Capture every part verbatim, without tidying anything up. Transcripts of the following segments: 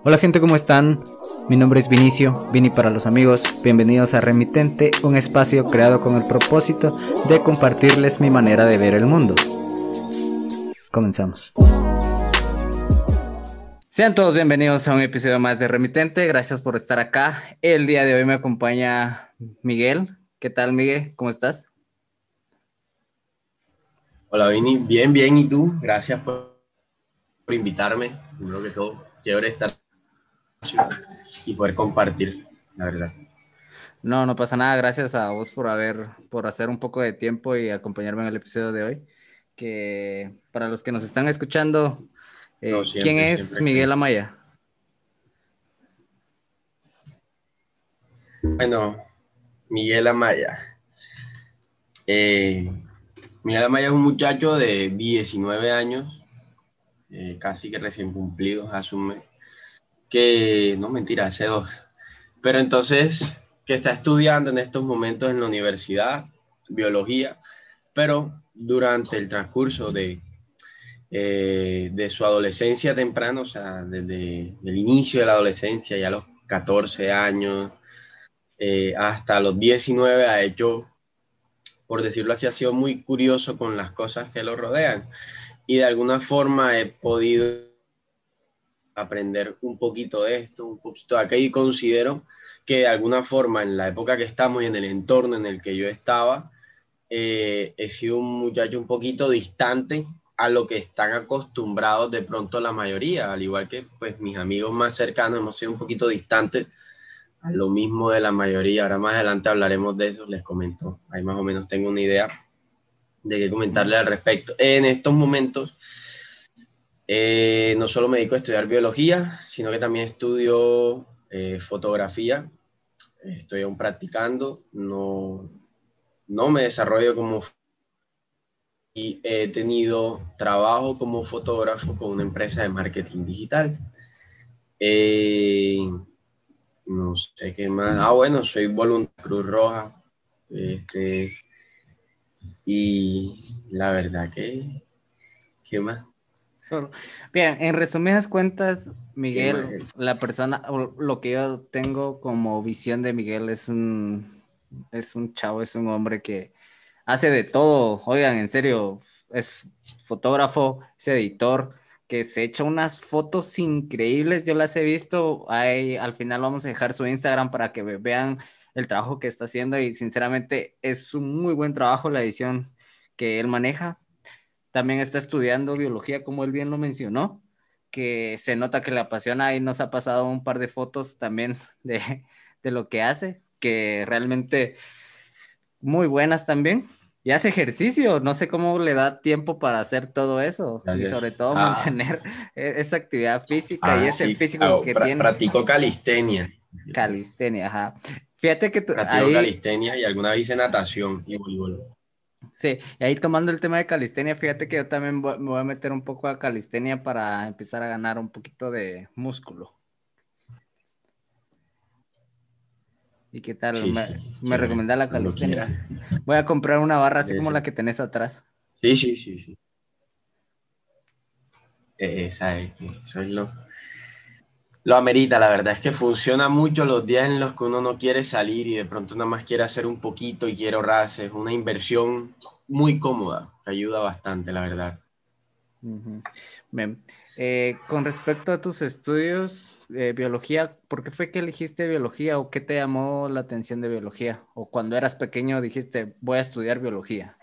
Hola gente, ¿cómo están? Mi nombre es Vinicio, Vini para los amigos. Bienvenidos a Remitente, un espacio creado con el propósito de compartirles mi manera de ver el mundo. Comenzamos. Sean todos bienvenidos a un episodio más de Remitente. Gracias por estar acá. El día de hoy me acompaña Miguel. ¿Qué tal, Miguel? ¿Cómo estás? Hola Vini, bien, bien, ¿y tú? Gracias por, por invitarme, primero que todo, chévere estar y poder compartir, la verdad. No, no pasa nada. Gracias a vos por haber, por hacer un poco de tiempo y acompañarme en el episodio de hoy. Que para los que nos están escuchando, No, eh, ¿quién siempre, es siempre que... Miguel Amaya? Bueno, Miguel Amaya. Eh, Miguel Amaya es un muchacho de diecinueve años, eh, casi que recién cumplidos, asume, que, no mentira, hace dos, pero entonces, que está estudiando en estos momentos en la universidad, biología, pero durante el transcurso de eh, de su adolescencia temprana, o sea, desde el inicio de la adolescencia, ya a los catorce años, eh, hasta los diecinueve, ha hecho, por decirlo así, ha sido muy curioso con las cosas que lo rodean. Y de alguna forma he podido aprender un poquito de esto, un poquito de aquello, y considero que de alguna forma en la época que estamos y en el entorno en el que yo estaba, eh, he sido un muchacho un poquito distante a lo que están acostumbrados de pronto la mayoría, al igual que pues mis amigos más cercanos hemos sido un poquito distantes a lo mismo de la mayoría. Ahora más adelante hablaremos de eso, les comento, ahí más o menos tengo una idea de qué comentarles al respecto. En estos momentos eh, no solo me dedico a estudiar biología, sino que también estudio eh, fotografía, estoy aún practicando, no, no me desarrollo como y he tenido trabajo como fotógrafo con una empresa de marketing digital. Eh, no sé qué más. Ah, bueno, soy voluntario Cruz Roja. Este, y la verdad que, ¿qué más? Solo- Bien, en resumidas cuentas, ¿Qué más? Miguel, la persona, o lo que yo tengo como visión de Miguel es un, es un chavo, es un hombre que hace de todo. Oigan, en serio, es fotógrafo, es editor, que se echa unas fotos increíbles. Yo las he visto. Ahí, al final vamos a dejar su Instagram para que ve- vean el trabajo que está haciendo y sinceramente es un muy buen trabajo la edición que él maneja. También está estudiando biología, como él bien lo mencionó, que se nota que le apasiona y nos ha pasado un par de fotos también de, de lo que hace, que realmente muy buenas también. Y hace ejercicio, no sé cómo le da tiempo para hacer todo eso y Gracias. sobre todo Ah, mantener e- esa actividad física y ah, ese sí, físico hago- que pra- tiene. practico calistenia. Calistenia, ajá. Fíjate que tú- Practico ahí. calistenia y alguna vez hice natación y voleibol. Sí, y ahí tomando el tema de calistenia, fíjate que yo también voy- me voy a meter un poco a calistenia para empezar a ganar un poquito de músculo. ¿Y qué tal? Sí, ¿Me, sí, me chévere, recomendás la cuando quiera. calistenia? Voy a comprar una barra así Debe como ser. la que tenés atrás. Sí, sí, sí, sí. Eh, Esa es, eso es lo, lo amerita, la verdad es que funciona mucho los días en los que uno no quiere salir y de pronto nada más quiere hacer un poquito y quiere ahorrarse. Es una inversión muy cómoda, que ayuda bastante, la verdad. Ujú. Bien. Eh, con respecto a tus estudios de biología, ¿por qué fue que elegiste biología o qué te llamó la atención de biología? O cuando eras pequeño dijiste, voy a estudiar biología.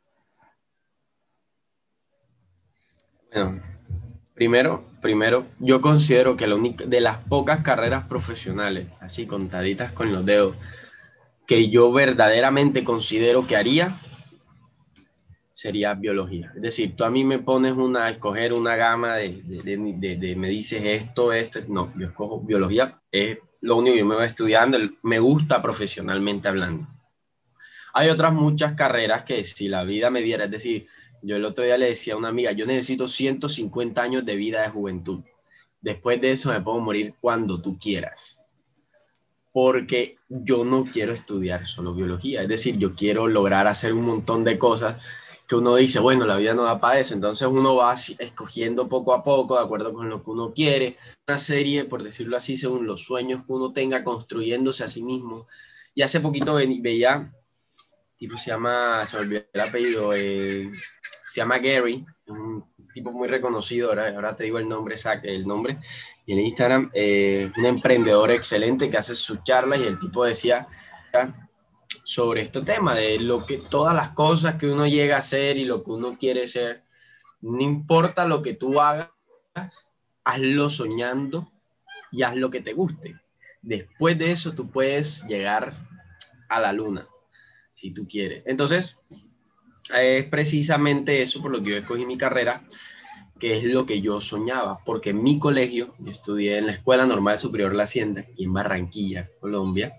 Bueno, primero, primero, yo considero que la única, de las pocas carreras profesionales, así contaditas con los dedos, que yo verdaderamente considero que haría, sería biología. Es decir, tú a mí me pones una, a escoger una gama de, de, de, de, de me dices esto, esto, no, yo escojo biología, es lo único que yo me voy estudiando, me gusta profesionalmente hablando. Hay otras muchas carreras que si la vida me diera, es decir, yo el otro día le decía a una amiga, yo necesito ciento cincuenta años de vida de juventud. Después de eso me puedo morir cuando tú quieras, porque yo no quiero estudiar solo biología, es decir, yo quiero lograr hacer un montón de cosas que uno dice, bueno, la vida no da para eso, entonces uno va escogiendo poco a poco, de acuerdo con lo que uno quiere, una serie, por decirlo así, según los sueños que uno tenga, construyéndose a sí mismo. Y hace poquito ve, veía, tipo se llama, se me olvidó el apellido, eh, se llama Gary, un tipo muy reconocido, ahora, ahora te digo el nombre, exacto, el nombre, y en Instagram, eh, un emprendedor excelente que hace sus charlas, y el tipo decía sobre este tema de lo que todas las cosas que uno llega a hacer y lo que uno quiere ser, no importa lo que tú hagas, hazlo soñando y haz lo que te guste. Después de eso tú puedes llegar a la luna, si tú quieres. Entonces, es precisamente eso por lo que yo escogí mi carrera, que es lo que yo soñaba, porque en mi colegio, yo estudié en la Escuela Normal Superior La Hacienda, aquí en Barranquilla, Colombia,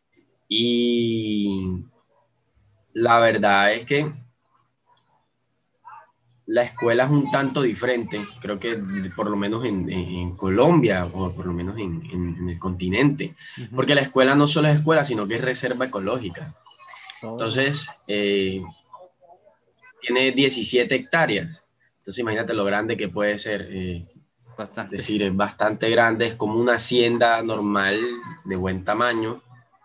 y la verdad es que la escuela es un tanto diferente, creo que por lo menos en, en Colombia o por lo menos en, en, en el continente, Uh-huh. porque la escuela no solo es escuela, sino que es reserva ecológica. Oh, Entonces, eh, tiene diecisiete hectáreas. Entonces, imagínate lo grande que puede ser. Eh, es bastante. decir, es bastante grande, es como una hacienda normal de buen tamaño.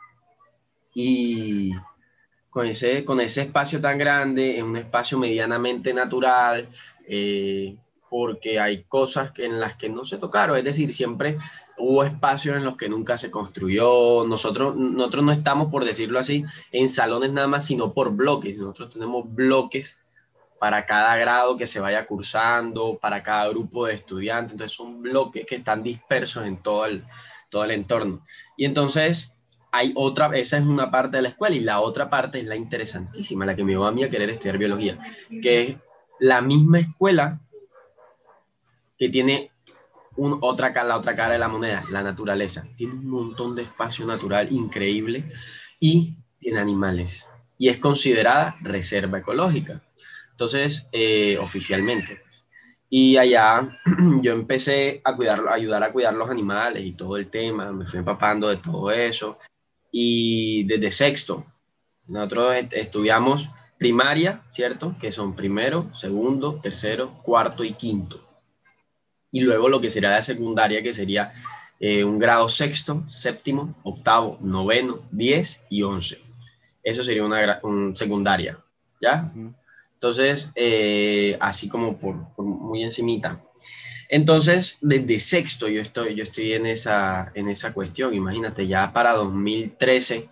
Y con ese, con ese espacio tan grande, es un espacio medianamente natural, eh, porque hay cosas que, en las que no se tocaron, es decir, siempre hubo espacios en los que nunca se construyó. Nosotros, nosotros no estamos, por decirlo así, en salones nada más, sino por bloques. Nosotros tenemos bloques para cada grado que se vaya cursando, para cada grupo de estudiantes, entonces son bloques que están dispersos en todo el, todo el entorno. Y entonces hay otra, esa es una parte de la escuela, y la otra parte es la interesantísima, la que me llevó a mí a querer estudiar biología, que es la misma escuela que tiene un, otra, la otra cara de la moneda, la naturaleza. Tiene un montón de espacio natural increíble y tiene animales. Y es considerada reserva ecológica. Entonces, eh, oficialmente. Y allá yo empecé a cuidar, a ayudar a cuidar los animales y todo el tema, me fui empapando de todo eso. Y desde sexto, nosotros est estudiamos primaria, ¿cierto? Que son primero, segundo, tercero, cuarto y quinto. Y luego lo que sería la secundaria, que sería eh, un grado sexto, séptimo, octavo, noveno, diez y once. Eso sería una un secundaria, ¿ya? Uh-huh. Entonces, eh, así como por, por, muy encimita. Entonces, desde sexto yo estoy, yo estoy en, esa, en esa cuestión. Imagínate, ya para dos mil trece.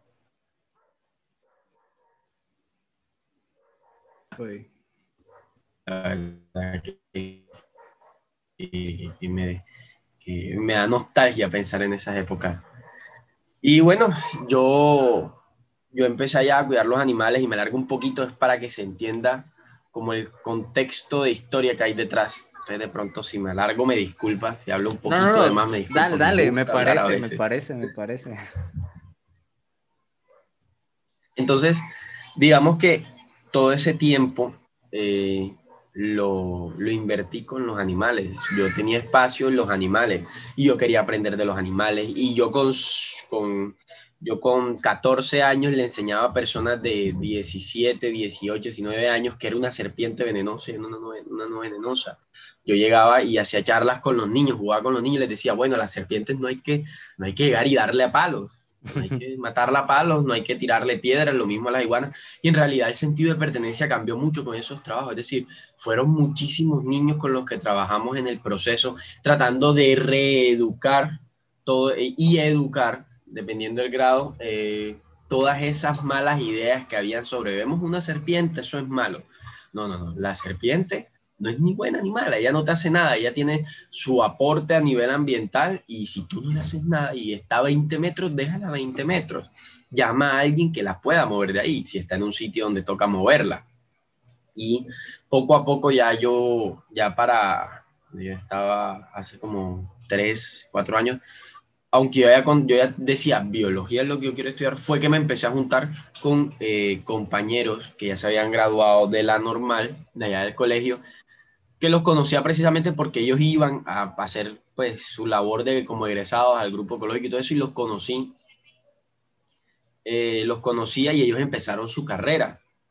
Uy. Que, que, que, me, que me da nostalgia pensar en esas épocas. Y bueno, yo, yo empecé allá a cuidar los animales, y me largo un poquito es para que se entienda como el contexto de historia que hay detrás. Entonces, de pronto, si me alargo, me disculpa. Si hablo un No, no, poquito de no, más, me dale, disculpa. Me dale, me gusta hablar a parece, me veces. parece, me parece. Entonces, digamos que todo ese tiempo eh, lo, lo invertí con los animales. Yo tenía espacio en los animales y yo quería aprender de los animales. Y yo con, con, yo con catorce años le enseñaba a personas de diecisiete, dieciocho, diecinueve años que era una serpiente venenosa y una no, una no venenosa. Yo llegaba y hacía charlas con los niños, jugaba con los niños y les decía, bueno, las serpientes no hay que, no hay que llegar y darle a palos. No hay que matarla a palos, no hay que tirarle piedras, lo mismo a las iguanas. Y en realidad el sentido de pertenencia cambió mucho con esos trabajos. Es decir, fueron muchísimos niños con los que trabajamos en el proceso, tratando de reeducar todo y educar, dependiendo del grado, eh, todas esas malas ideas que habían sobre, vemos una serpiente, eso es malo. No, no, no. La serpiente no es ni buen animal, ella no te hace nada, ella tiene su aporte a nivel ambiental, y si tú no le haces nada y está a veinte metros, déjala a veinte metros. Llama a alguien que la pueda mover de ahí, si está en un sitio donde toca moverla. Y poco a poco ya yo, ya para, yo estaba hace como tres, cuatro años, aunque yo ya, con, yo ya decía, biología es lo que yo quiero estudiar, fue que me empecé a juntar con eh, compañeros que ya se habían graduado de la normal, de allá del colegio, que los conocía precisamente porque ellos iban a hacer pues su labor de como egresados al grupo ecológico y todo eso, y los conocí, eh, los conocía y ellos empezaron su carrera.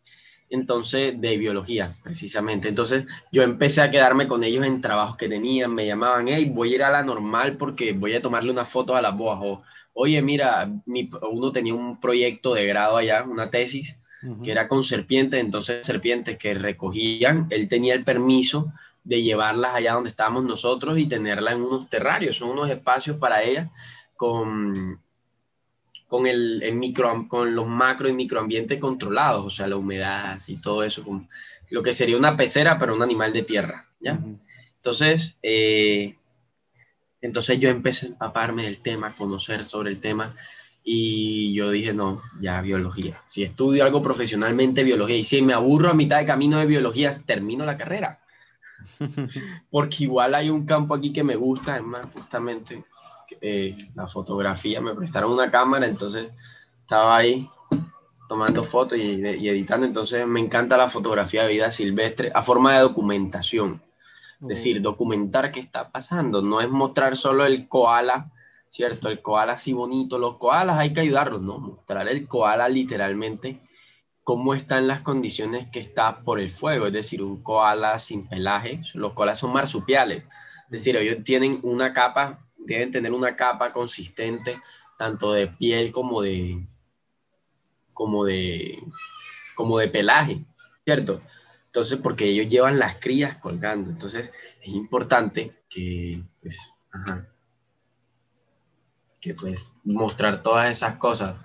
entonces de biología, precisamente. Entonces yo empecé a quedarme con ellos en trabajos que tenían, me llamaban, hey, voy a ir a la normal porque voy a tomarle una foto a las boas, o oye, mira, mi, uno tenía un proyecto de grado allá, una tesis, que Ujú. era con serpientes, entonces serpientes que recogían, él tenía el permiso de llevarlas allá donde estábamos nosotros y tenerlas en unos terrarios, son unos espacios para ellas con con, el, el micro, con los macro y microambientes controlados, o sea, la humedad y todo eso, con lo que sería una pecera, pero un animal de tierra, ¿ya? Ujú. Entonces, eh, entonces yo empecé a empaparme del tema, a conocer sobre el tema, y yo dije, no, ya biología. Si estudio algo profesionalmente, biología, y si me aburro a mitad de camino de biología, termino la carrera, porque igual hay un campo aquí que me gusta, es más, justamente eh, la fotografía, me prestaron una cámara, entonces estaba ahí tomando fotos y, y, editando, entonces me encanta la fotografía de vida silvestre a forma de documentación, es decir, Oh. documentar qué está pasando, no es mostrar solo el koala, ¿cierto? El koala así bonito, los koalas hay que ayudarlos, no, mostrar el koala literalmente cómo están las condiciones que está por el fuego, es decir, un koala sin pelaje, los koalas son marsupiales, es decir, Ujú. ellos tienen una capa, deben tener una capa consistente tanto de piel como de, como de, como de pelaje, ¿cierto? Entonces, porque ellos llevan las crías colgando, entonces es importante que, pues, ajá, que pues mostrar todas esas cosas,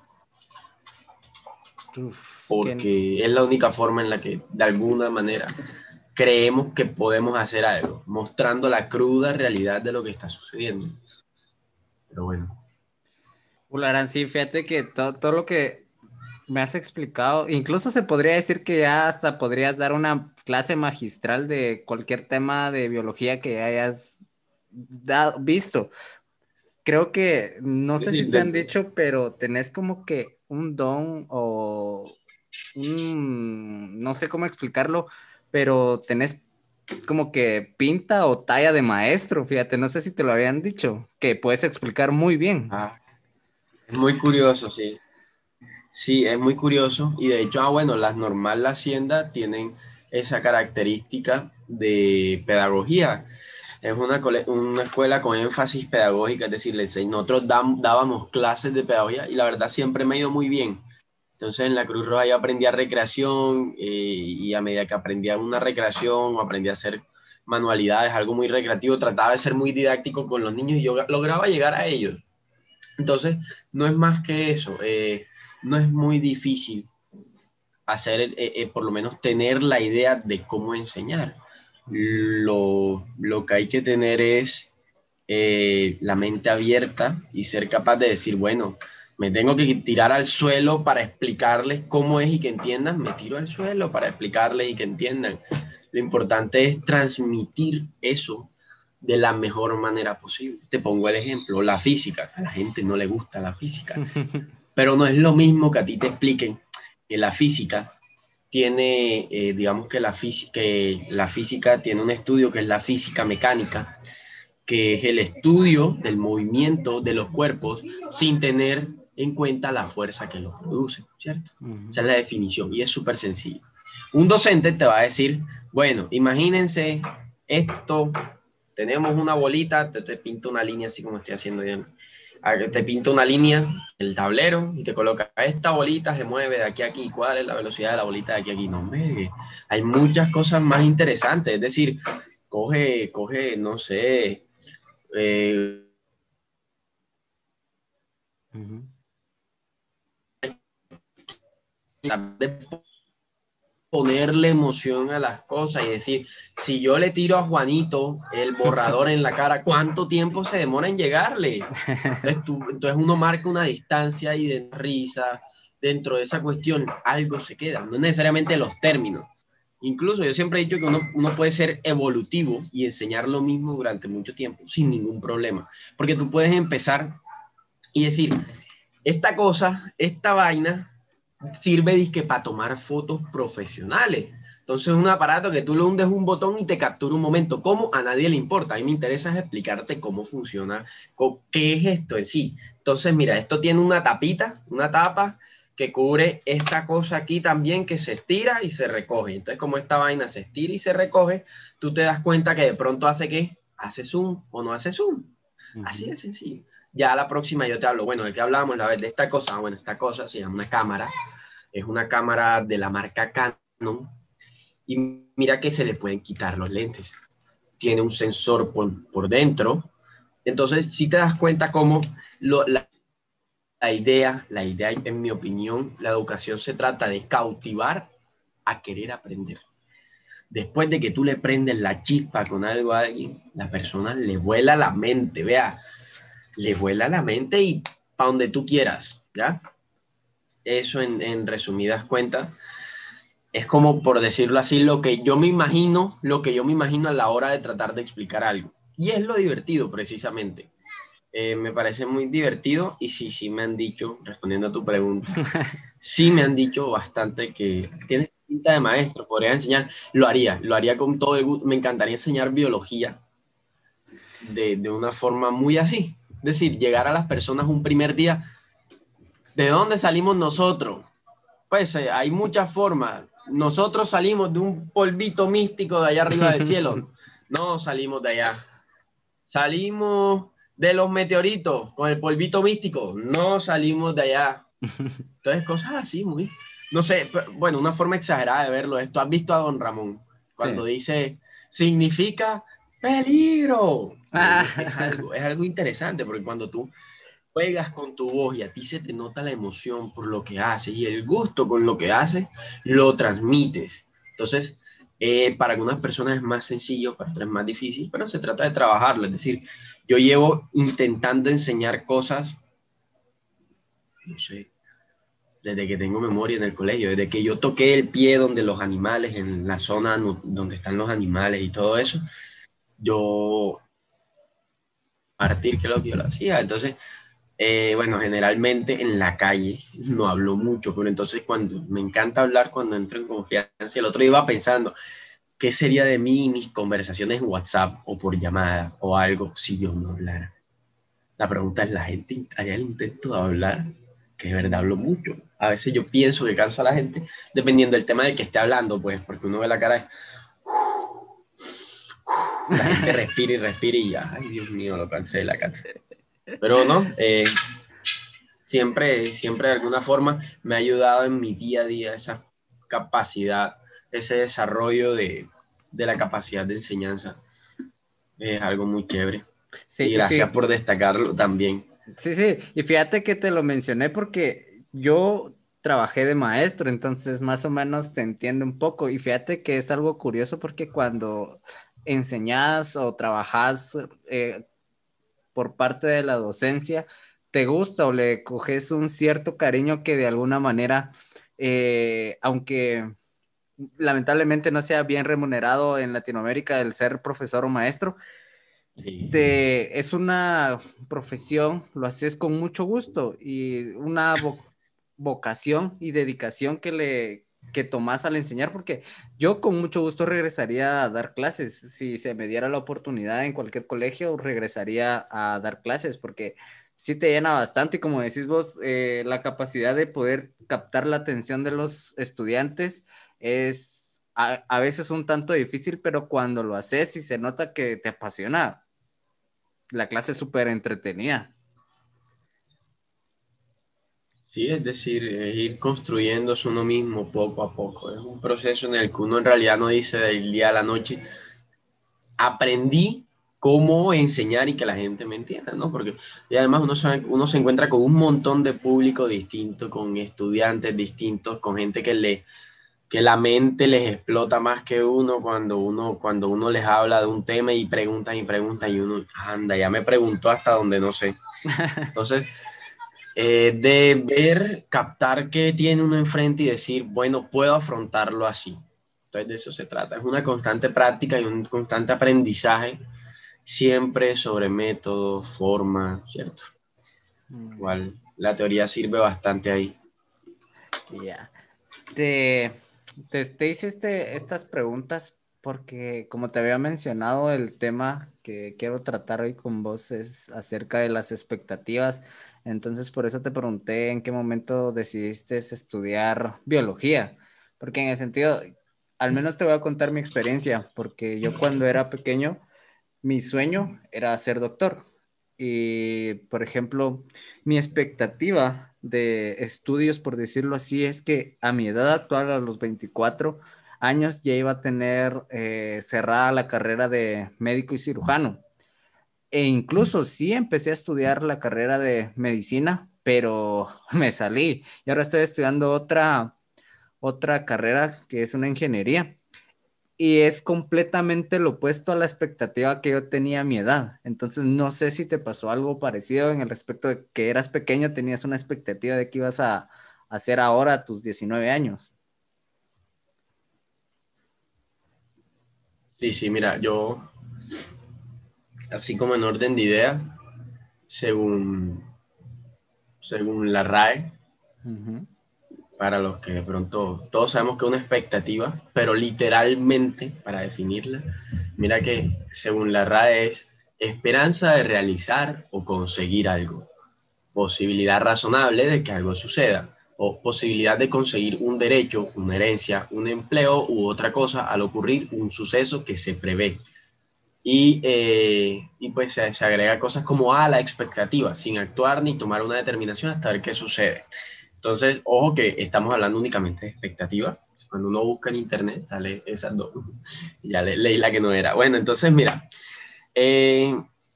Uf, que porque es la única forma en la que de alguna manera creemos que podemos hacer algo, mostrando la cruda realidad de lo que está sucediendo. Pero bueno. Ularán, sí, fíjate que to- todo lo que me has explicado, incluso se podría decir que ya hasta podrías dar una clase magistral de cualquier tema de biología que hayas da- visto. Creo que, no sé si Sí, te han de- dicho, pero tenés como que un don o un, no sé cómo explicarlo, pero tenés como que pinta o talla de maestro, fíjate, no sé si te lo habían dicho, que puedes explicar muy bien. ah, es muy curioso, sí. Sí, es muy curioso y de hecho, ah, bueno, las Normal La Hacienda tienen esa característica de pedagogía. Es una, cole- una escuela con énfasis pedagógica, es decir, les- nosotros dam- dábamos clases de pedagogía y la verdad siempre me ha ido muy bien. Entonces en la Cruz Roja yo aprendí a recreación eh, y a medida que aprendía una recreación o aprendí a hacer manualidades, algo muy recreativo, trataba de ser muy didáctico con los niños y yo lograba llegar a ellos. Entonces, no es más que eso, eh, no es muy difícil hacer, eh, eh, por lo menos tener la idea de cómo enseñar. Ujú. Lo, lo que hay que tener es eh, la mente abierta y ser capaz de decir, bueno, me tengo que tirar al suelo para explicarles cómo es y que entiendan, me tiro al suelo para explicarles y que entiendan. Lo importante es transmitir eso de la mejor manera posible. Te pongo el ejemplo, la física. A la gente no le gusta la física, pero no es lo mismo que a ti te expliquen que la física tiene, eh, digamos que la, que la física tiene un estudio que es la física mecánica, que es el estudio del movimiento de los cuerpos sin tener en cuenta la fuerza que los produce, ¿cierto? Esa Ujú. es la definición y es súper sencillo. Un docente te va a decir, bueno, imagínense esto, tenemos una bolita, te, te pinto una línea así como estoy haciendo yo, te pinto una línea, el tablero, y te coloca, esta bolita se mueve de aquí a aquí, ¿cuál es la velocidad de la bolita de aquí a aquí? No, hombre, hay muchas cosas más interesantes, es decir, coge, coge, no sé, eh, Ujú. de ponerle emoción a las cosas y decir, si yo le tiro a Juanito el borrador en la cara, ¿cuánto tiempo se demora en llegarle? Entonces, tú, entonces uno marca una distancia y de risa, dentro de esa cuestión algo se queda, no necesariamente los términos. Incluso yo siempre he dicho que uno, uno puede ser evolutivo y enseñar lo mismo durante mucho tiempo sin ningún problema, porque tú puedes empezar y decir, esta cosa, esta vaina, sirve disque para tomar fotos profesionales. Entonces es un aparato que tú le hundes un botón y te captura un momento. ¿Cómo? A nadie le importa. A mí me interesa es explicarte cómo funciona, qué es esto en sí. Entonces, mira, esto tiene una tapita, una tapa que cubre esta cosa aquí también que se estira y se recoge. Entonces, como esta vaina se estira y se recoge, tú te das cuenta que de pronto hace ¿qué? Hace zoom o no hace zoom. Así Ujú. de sencillo. Ya a la próxima yo te hablo, bueno, ¿de qué hablábamos la vez? De esta cosa. Bueno, esta cosa se llama una cámara. Es una cámara de la marca Canon. Y mira que se le pueden quitar los lentes. Tiene un sensor por, por dentro. Entonces, si te das cuenta cómo lo, la, la idea, la idea, en mi opinión, la educación se trata de cautivar a querer aprender. Después de que tú le prendes la chispa con algo a alguien, la persona le vuela la mente, vea, le vuela la mente y para donde tú quieras, ¿ya? Eso en, en resumidas cuentas es como, por decirlo así, lo que yo me imagino, lo que yo me imagino a la hora de tratar de explicar algo. Y es lo divertido, precisamente. Eh, me parece muy divertido y sí, sí me han dicho, respondiendo a tu pregunta, sí me han dicho bastante que tienes pinta de maestro, podría enseñar, lo haría, lo haría con todo el gusto, me encantaría enseñar biología de, de una forma muy así, es decir, llegar a las personas un primer día, ¿de dónde salimos nosotros? Pues eh, hay muchas formas, nosotros salimos de un polvito místico de allá arriba del cielo, no salimos de allá. Salimos de los meteoritos con el polvito místico, no salimos de allá. Entonces, cosas así, muy, no sé, pero, bueno, una forma exagerada de verlo es, tú has visto a Don Ramón, Sí. cuando dice, significa peligro. Es, es Ah, algo, es algo interesante, porque cuando tú juegas con tu voz y a ti se te nota la emoción por lo que haces y el gusto con lo que haces, lo transmites. Entonces, eh, para algunas personas es más sencillo, para otras es más difícil, pero se trata de trabajarlo. Es decir, yo llevo intentando enseñar cosas, no sé, desde que tengo memoria en el colegio, desde que yo toqué el pie donde los animales, en la zona no- donde están los animales y todo eso, yo partir, que es lo que yo lo hacía. Entonces, Eh, bueno, generalmente en la calle no hablo mucho, pero entonces cuando me encanta hablar cuando entro en confianza, el otro día iba pensando, ¿qué sería de mí y mis conversaciones en WhatsApp o por llamada o algo si yo no hablara? La pregunta es, ¿la gente haría el intento de hablar? Que de verdad hablo mucho. A veces yo pienso que canso a la gente dependiendo del tema del que esté hablando, pues, porque uno ve la cara, de, la gente respira y respira y ya, ay Dios mío, lo cansé, la cansé. Pero no, eh, siempre, siempre de alguna forma me ha ayudado en mi día a día esa capacidad, ese desarrollo de, de la capacidad de enseñanza. Es algo muy chévere. sí, Y y gracias fí- por destacarlo también. sí, sí, y fíjate que te lo mencioné porque yo trabajé de maestro, entonces más o menos te entiendo un poco. Y fíjate que es algo curioso porque cuando enseñas o trabajas eh, por parte de la docencia, te gusta o le coges un cierto cariño que de alguna manera, eh, aunque lamentablemente no sea bien remunerado en Latinoamérica el ser profesor o maestro, Sí, te, es una profesión, lo haces con mucho gusto y una vo- vocación y dedicación que le que tomas al enseñar, porque yo con mucho gusto regresaría a dar clases. Si se me diera la oportunidad en cualquier colegio, regresaría a dar clases, porque sí te llena bastante y como decís vos, eh, la capacidad de poder captar la atención de los estudiantes es a, a veces un tanto difícil, pero cuando lo haces y se nota que te apasiona, la clase es súper entretenida. sí, es decir, es ir construyéndose uno mismo poco a poco. Es un proceso en el que uno en realidad no dice del día a la noche, aprendí cómo enseñar y que la gente me entienda, ¿no? Porque y además uno, sabe, uno se encuentra con un montón de público distinto, con estudiantes distintos, con gente que le que la mente les explota más que uno cuando uno cuando uno les habla de un tema y preguntan y preguntan y uno anda, ya me preguntó hasta donde no sé. Entonces, eh, de ver, captar qué tiene uno enfrente y decir, bueno, puedo afrontarlo así. Entonces, de eso se trata. Es una constante práctica y un constante aprendizaje siempre sobre método, forma, ¿cierto? Mm, Igual la teoría sirve bastante ahí. ya. Te, te, te hice este, estas preguntas porque como te había mencionado, el tema que quiero tratar hoy con vos es acerca de las expectativas. Entonces, por eso te pregunté en qué momento decidiste estudiar biología, porque en el sentido, al menos te voy a contar mi experiencia, porque yo cuando era pequeño, mi sueño era ser doctor. Y, por ejemplo, mi expectativa de estudios, por decirlo así, es que a mi edad actual, a los veinticuatro años, ya iba a tener eh, cerrada la carrera de médico y cirujano. E incluso sí empecé a estudiar la carrera de medicina, pero me salí. Y ahora estoy estudiando otra, otra carrera que es una ingeniería y es completamente lo opuesto a la expectativa que yo tenía a mi edad. Entonces, no sé si te pasó algo parecido en el respecto de que eras pequeño, tenías una expectativa de que ibas a hacer ahora a tus diecinueve años. Sí, sí, mira, yo, así como en orden de ideas, según, según la RAE, Ujú. para los que de pronto todos sabemos que es una expectativa, pero literalmente, para definirla, mira que según la RAE es esperanza de realizar o conseguir algo, posibilidad razonable de que algo suceda, o posibilidad de conseguir un derecho, una herencia, un empleo u otra cosa al ocurrir un suceso que se prevé. Y, eh, y pues se, se agrega cosas como a la expectativa, sin actuar ni tomar una determinación hasta ver qué sucede. Entonces, ojo que estamos hablando únicamente de expectativa. Cuando uno busca en internet, sale esas dos. Ya le, leí la que no era. Bueno, entonces, mira, eh,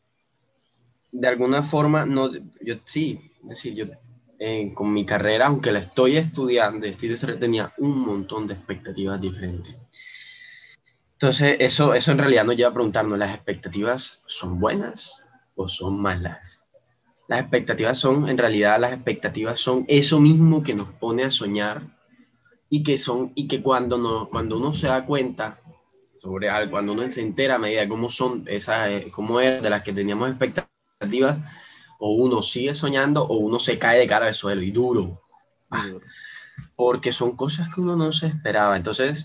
de alguna forma, no, yo sí, es decir, yo eh, con mi carrera, aunque la estoy estudiando, estoy de tenía un montón de expectativas diferentes. Entonces, eso, eso en realidad nos lleva a preguntarnos, ¿las expectativas son buenas o son malas? Las expectativas son, en realidad, las expectativas son eso mismo que nos pone a soñar y que son, y que cuando, no, cuando uno se da cuenta sobre algo, cuando uno se entera a medida de cómo son esas, eh, cómo es de las que teníamos expectativas, o uno sigue soñando o uno se cae de cara al suelo y duro, Y ah, duro. porque son cosas que uno no se esperaba. Entonces,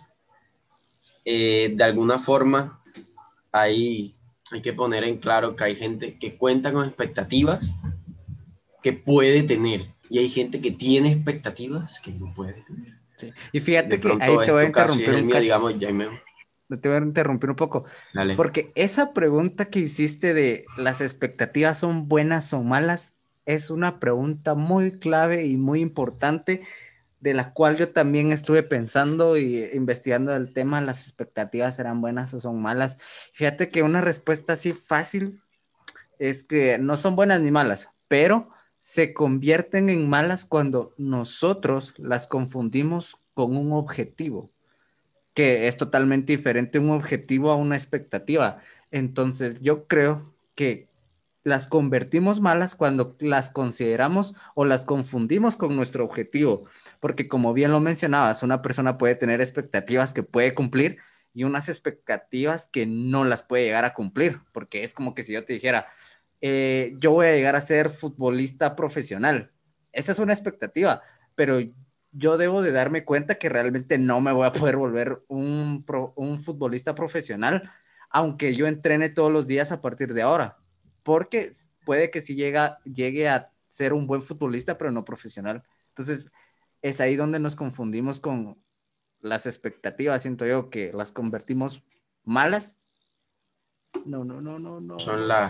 eh, de alguna forma, hay, hay que poner en claro que hay gente que cuenta con expectativas que puede tener y hay gente que tiene expectativas que no puede tener. Sí. Y De fíjate que ahí pronto te voy es a tu caso y es interrumpir el un mío, cacho. digamos, Jaime. Te voy a interrumpir un poco, Dale. porque esa pregunta que hiciste de las expectativas son buenas o malas es una pregunta muy clave y muy importante de la cual yo también estuve pensando y investigando el tema, las expectativas serán buenas o son malas. Fíjate que una respuesta así fácil es que no son buenas ni malas, pero se convierten en malas cuando nosotros las confundimos con un objetivo, que es totalmente diferente un objetivo a una expectativa. Entonces, yo creo que las convertimos malas cuando las consideramos o las confundimos con nuestro objetivo, porque como bien lo mencionabas, una persona puede tener expectativas que puede cumplir y unas expectativas que no las puede llegar a cumplir, porque es como que si yo te dijera, eh, yo voy a llegar a ser futbolista profesional. Esa es una expectativa, pero yo debo de darme cuenta que realmente no me voy a poder volver un, pro, un futbolista profesional, aunque yo entrene todos los días a partir de ahora, porque puede que sí llega, llegue a ser un buen futbolista, pero no profesional. Entonces, es ahí donde nos confundimos con las expectativas, siento yo, que las convertimos malas. No, no, no, no, no, Son no. las,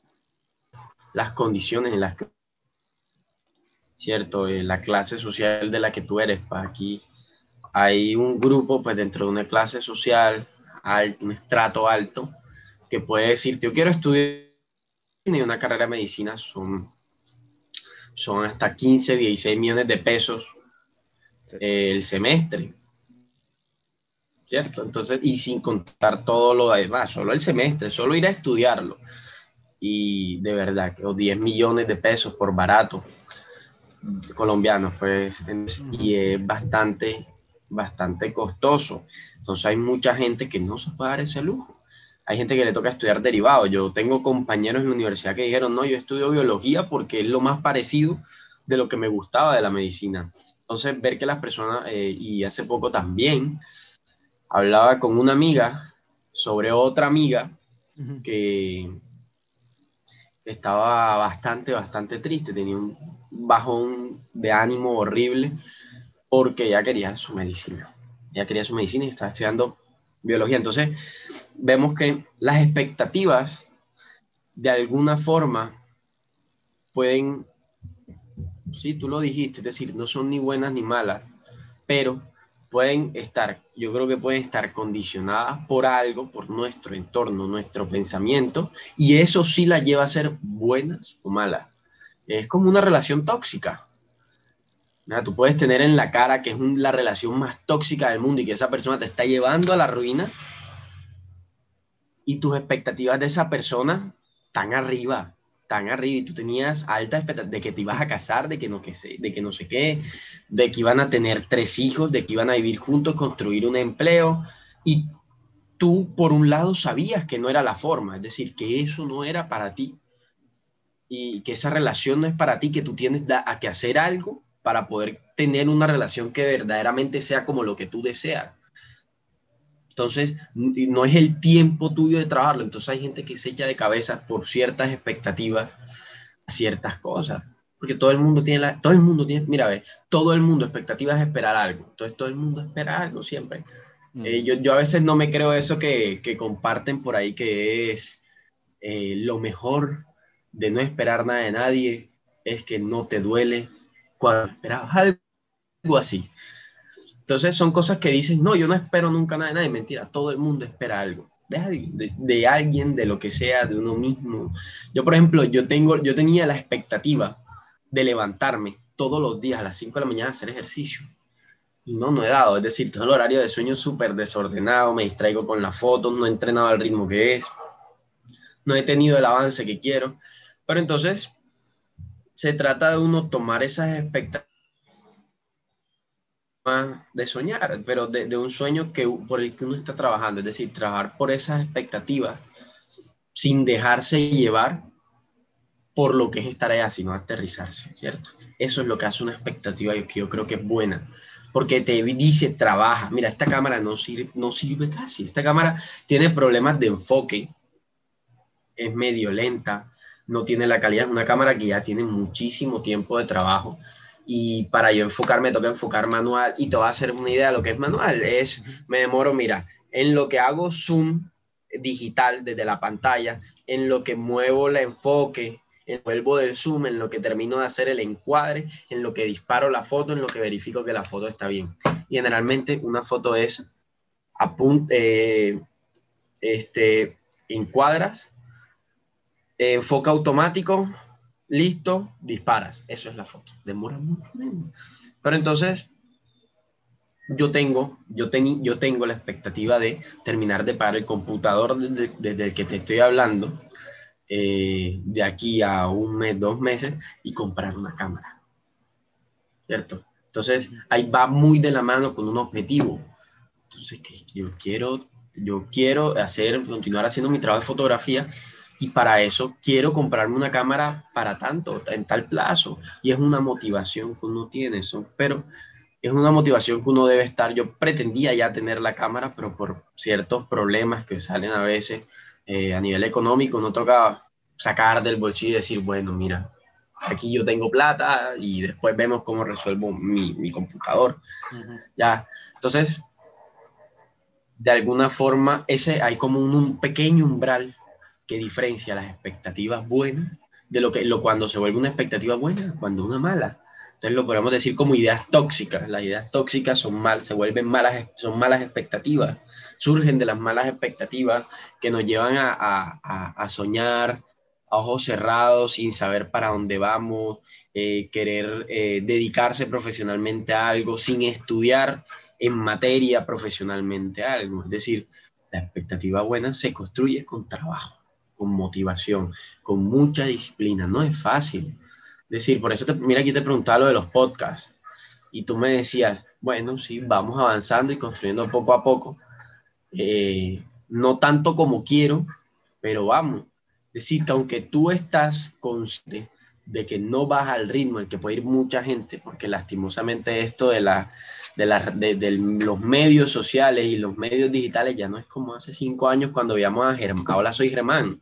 las condiciones en las que, cierto, eh, la clase social de la que tú eres. Pa, aquí hay un grupo, pues dentro de una clase social, alto, un estrato alto, que puede decir, yo quiero estudiar y una carrera de medicina son, son hasta quince dieciséis millones de pesos Sí. eh, el semestre, ¿cierto? Entonces, y sin contar todo lo demás, solo el semestre, solo ir a estudiarlo. Y de verdad, que, o diez millones de pesos por barato colombianos, pues, Ujú. y es bastante, bastante costoso. Entonces hay mucha gente que no se puede dar ese lujo. Hay gente que le toca estudiar derivado. Yo tengo compañeros en la universidad que dijeron, no, yo estudio biología porque es lo más parecido de lo que me gustaba de la medicina. Entonces, ver que las personas, eh, y hace poco también, hablaba con una amiga sobre otra amiga Ujú. que estaba bastante, bastante triste, tenía un bajón de ánimo horrible porque ella quería su medicina. Ella quería su medicina y estaba estudiando biología. Entonces, vemos que las expectativas de alguna forma pueden, sí, tú lo dijiste, es decir, no son ni buenas ni malas, pero pueden estar, yo creo que pueden estar condicionadas por algo, por nuestro entorno, nuestro pensamiento, y eso sí las lleva a ser buenas o malas. Es como una relación tóxica. ¿Verdad? Tú puedes tener en la cara que es un, la relación más tóxica del mundo y que esa persona te está llevando a la ruina y tus expectativas de esa persona están arriba, están arriba y tú tenías alta expectativa de que te ibas a casar, de que no, que sé, de que no sé qué, de que iban a tener tres hijos, de que iban a vivir juntos, construir un empleo y tú por un lado sabías que no era la forma, es decir, que eso no era para ti y que esa relación no es para ti, que tú tienes a que hacer algo para poder tener una relación que verdaderamente sea como lo que tú deseas. Entonces, no es el tiempo tuyo de trabajarlo. Entonces hay gente que se echa de cabeza por ciertas expectativas, ciertas cosas. Porque todo el mundo tiene, la, todo el mundo tiene, mira, ve, todo el mundo expectativas es esperar algo. Entonces todo el mundo espera algo siempre. Eh, Ujú. yo, yo a veces no me creo eso que, que comparten por ahí, que es eh, lo mejor de no esperar nada de nadie, es que no te duele cuando esperabas algo así. Entonces son cosas que dices, no, yo no espero nunca nada de nadie. Mentira, todo el mundo espera algo. De alguien, de, de alguien, de lo que sea, de uno mismo. Yo, por ejemplo, yo, tengo, yo tenía la expectativa de levantarme todos los días a las cinco de la mañana a hacer ejercicio. Y no, no he dado. Es decir, todo el horario de sueño es súper desordenado, me distraigo con las fotos, no he entrenado al ritmo que es, no he tenido el avance que quiero. Pero entonces se trata de uno tomar esas expectativas de soñar, pero de, de un sueño que, por el que uno está trabajando, es decir, trabajar por esas expectativas sin dejarse llevar por lo que es estar allá, sino aterrizarse, ¿cierto? Eso es lo que hace una expectativa que yo creo que es buena, porque te dice, trabaja, mira, esta cámara no sirve, no sirve casi, esta cámara tiene problemas de enfoque, es medio lenta, no tiene la calidad, es una cámara que ya tiene muchísimo tiempo de trabajo y para yo enfocarme toca enfocar manual y te va a hacer una idea de lo que es manual, es, me demoro, mira, en lo que hago zoom digital desde la pantalla, en lo que muevo el enfoque, en vuelvo del zoom, en lo que termino de hacer el encuadre, en lo que disparo la foto, en lo que verifico que la foto está bien. Y generalmente una foto es apunt eh, este, encuadras, enfoque automático, listo, disparas. Eso es la foto. Demora mucho menos. Pero entonces, yo tengo, yo, teni, yo tengo la expectativa de terminar de pagar el computador desde, desde el que te estoy hablando, eh, de aquí a un mes, dos meses, y comprar una cámara, ¿cierto? Entonces, ahí va muy de la mano con un objetivo. Entonces, que yo quiero, yo quiero hacer, continuar haciendo mi trabajo de fotografía y para eso quiero comprarme una cámara para tanto, en tal plazo. Y es una motivación que uno tiene eso, pero es una motivación que uno debe estar. Yo pretendía ya tener la cámara, pero por ciertos problemas que salen a veces eh, a nivel económico, uno toca sacar del bolsillo y decir, bueno, mira, aquí yo tengo plata y después vemos cómo resuelvo mi, mi computador. Ujú. Ya, entonces de alguna forma, ese, hay como un, un pequeño umbral que diferencia las expectativas buenas de lo que lo, cuando se vuelve una expectativa buena, cuando una mala. Entonces lo podemos decir como ideas tóxicas. Las ideas tóxicas son mal, se vuelven malas, son malas expectativas. Surgen de las malas expectativas que nos llevan a, a, a, a soñar a ojos cerrados, sin saber para dónde vamos, eh, querer eh, dedicarse profesionalmente a algo, sin estudiar en materia profesionalmente algo. Es decir, la expectativa buena se construye con trabajo, con motivación, con mucha disciplina. No es fácil. Es decir, por eso, te, mira, aquí te preguntaba lo de los podcasts y tú me decías, bueno, sí, vamos avanzando y construyendo poco a poco. Eh, no tanto como quiero, pero vamos. Es decir, que aunque tú estás consciente de que no vas al ritmo al que puede ir mucha gente, porque lastimosamente esto de, la, de, la, de, de los medios sociales y los medios digitales ya no es como hace cinco años cuando veíamos a Germán. Ahora soy Germán.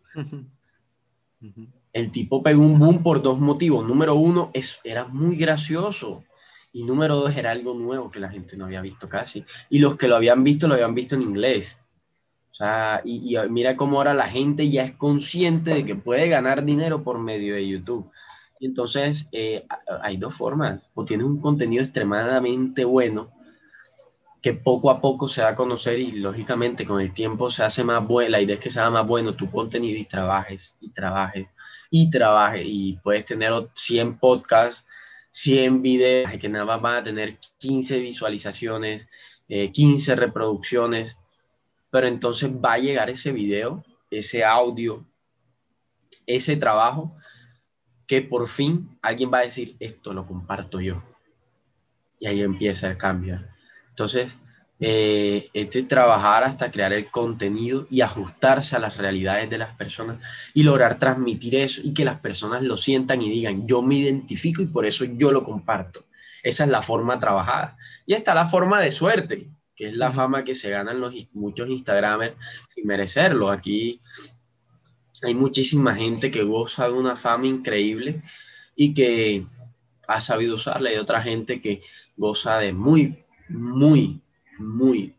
El tipo pegó un boom por dos motivos. Número uno, es, era muy gracioso. Y número dos, era algo nuevo que la gente no había visto casi. Y los que lo habían visto, lo habían visto en inglés. O sea, y, y mira cómo ahora la gente ya es consciente de que puede ganar dinero por medio de YouTube. Y entonces, eh, hay dos formas. O tienes un contenido extremadamente bueno que poco a poco se da a conocer y lógicamente con el tiempo se hace más bueno. La idea es que sea más bueno tu contenido y trabajes y trabajes y trabajes y puedes tener cien podcasts, cien videos que nada más van a tener quince visualizaciones, eh, quince reproducciones, pero entonces va a llegar ese video, ese audio, ese trabajo que por fin alguien va a decir, esto lo comparto yo. Y ahí empieza el cambio. Entonces, eh, este trabajar hasta crear el contenido y ajustarse a las realidades de las personas y lograr transmitir eso y que las personas lo sientan y digan, yo me identifico y por eso yo lo comparto. Esa es la forma trabajada. Y está la forma de suerte, que es la fama que se ganan los, muchos Instagramers sin merecerlo. Aquí hay muchísima gente que goza de una fama increíble y que ha sabido usarla. Hay otra gente que goza de muy, muy, muy,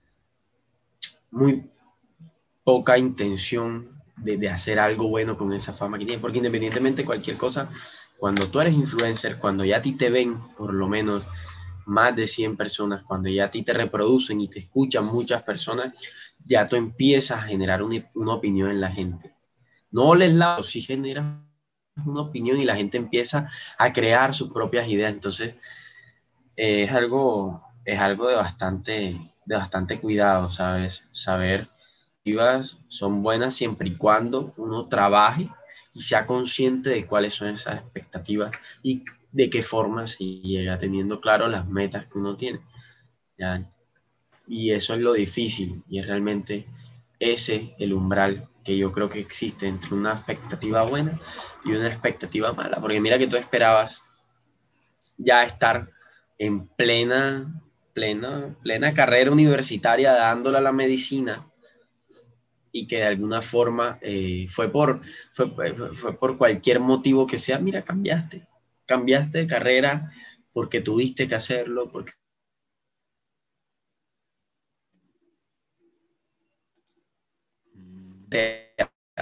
muy poca intención de, de hacer algo bueno con esa fama que tiene. Porque independientemente de cualquier cosa, cuando tú eres influencer, cuando ya a ti te ven por lo menos más de cien personas, cuando ya a ti te reproducen y te escuchan muchas personas, ya tú empiezas a generar una, una opinión en la gente. No les la, sí generas una opinión y la gente empieza a crear sus propias ideas. Entonces, eh, es algo, es algo de bastante, de bastante cuidado, ¿sabes? Saber que son buenas siempre y cuando uno trabaje y sea consciente de cuáles son esas expectativas y de qué forma se llega teniendo claro las metas que uno tiene, ¿ya? Y eso es lo difícil y es realmente ese el umbral que yo creo que existe entre una expectativa buena y una expectativa mala, porque mira que tú esperabas ya estar en plena, plena, plena carrera universitaria dándole a la medicina y que de alguna forma eh, fue, por, fue, fue por cualquier motivo que sea, mira, cambiaste, cambiaste de carrera porque tuviste que hacerlo, porque te,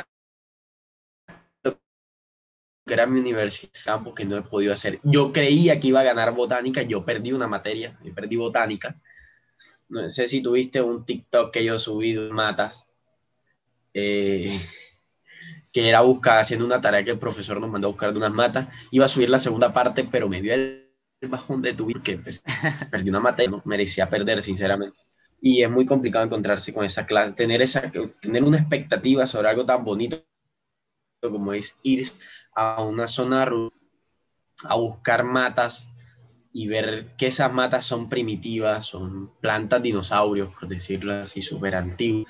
que era mi universidad, porque no he podido hacer. Yo creía que iba a ganar botánica, yo perdí una materia, yo perdí botánica. No sé si tuviste un TikTok que yo subí de matas, eh, que era buscar, haciendo una tarea que el profesor nos mandó a buscar de unas matas. Iba a subir la segunda parte, pero me dio el, el bajón de tu que pues, perdí una materia, no merecía perder, sinceramente. Y es muy complicado encontrarse con esa clase, tener, esa, tener una expectativa sobre algo tan bonito como es ir a una zona rural a buscar matas y ver que esas matas son primitivas, son plantas dinosaurios, por decirlo así, súper antiguas,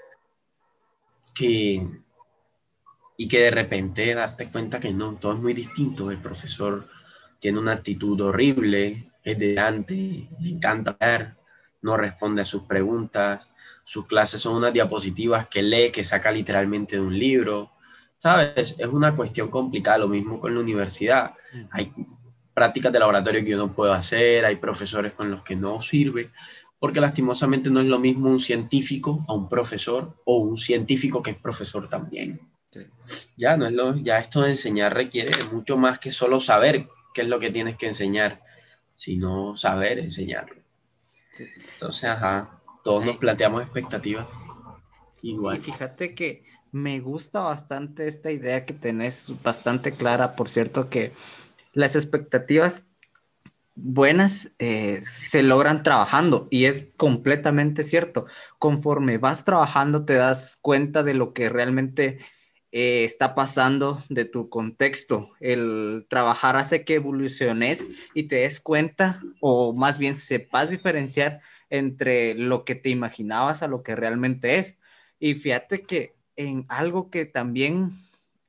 que, y que de repente darte cuenta que no, todo es muy distinto. El profesor tiene una actitud horrible, es delante, le encanta ver, no responde a sus preguntas, sus clases son unas diapositivas que lee, que saca literalmente de un libro. ¿Sabes? Es una cuestión complicada, lo mismo con la universidad. Hay prácticas de laboratorio que uno puede hacer, hay profesores con los que no sirve, porque lastimosamente no es lo mismo un científico a un profesor o un científico que es profesor también. Sí. Ya, no es lo, ya esto de enseñar requiere mucho más que solo saber qué es lo que tienes que enseñar, sino saber enseñarlo. Sí. Entonces, ajá, todos nos planteamos expectativas igual. Y fíjate que me gusta bastante esta idea que tenés bastante clara, por cierto, que las expectativas buenas eh, se logran trabajando y es completamente cierto. Conforme vas trabajando te das cuenta de lo que realmente eh, está pasando, de tu contexto. El trabajar hace que evoluciones y te des cuenta, o más bien sepas diferenciar entre lo que te imaginabas a lo que realmente es. Y fíjate que en algo que también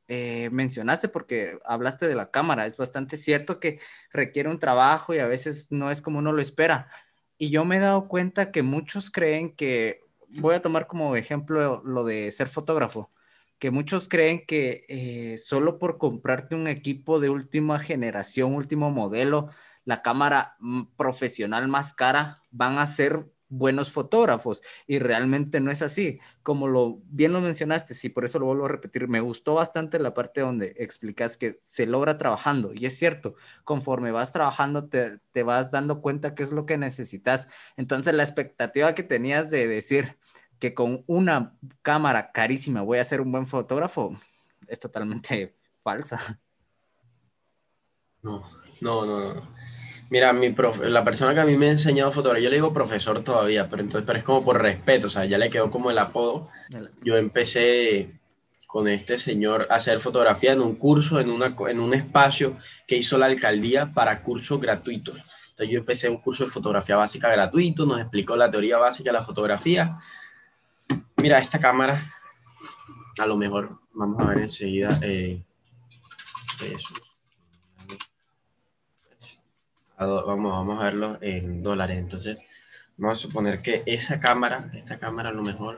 eh, mencionaste, porque hablaste de la cámara. Es bastante cierto que requiere un trabajo y a veces no es como uno lo espera. Y yo me he dado cuenta que muchos creen que, voy a tomar como ejemplo lo de ser fotógrafo, que muchos creen que eh, solo por comprarte un equipo de última generación, último modelo, la cámara mm, profesional más cara, van a ser buenos fotógrafos, y realmente no es así. Como lo bien lo mencionaste, sí, por eso lo vuelvo a repetir, me gustó bastante la parte donde explicas que se logra trabajando, y es cierto, conforme vas trabajando te, te vas dando cuenta qué es lo que necesitas. Entonces la expectativa que tenías de decir que con una cámara carísima voy a ser un buen fotógrafo es totalmente falsa. No, no, no, no. Mira, mi prof, la persona que a mí me ha enseñado fotografía, yo le digo profesor todavía, pero entonces, pero es como por respeto, o sea, ya le quedó como el apodo. Yo empecé con este señor a hacer fotografía en un curso, en, una, en un espacio que hizo la alcaldía para cursos gratuitos. Entonces yo empecé un curso de fotografía básica gratuito, nos explicó la teoría básica de la fotografía. Mira, esta cámara, a lo mejor, vamos a ver enseguida eh, eso. Vamos, vamos a verlo en dólares. Entonces, vamos a suponer que esa cámara, esta cámara a lo mejor,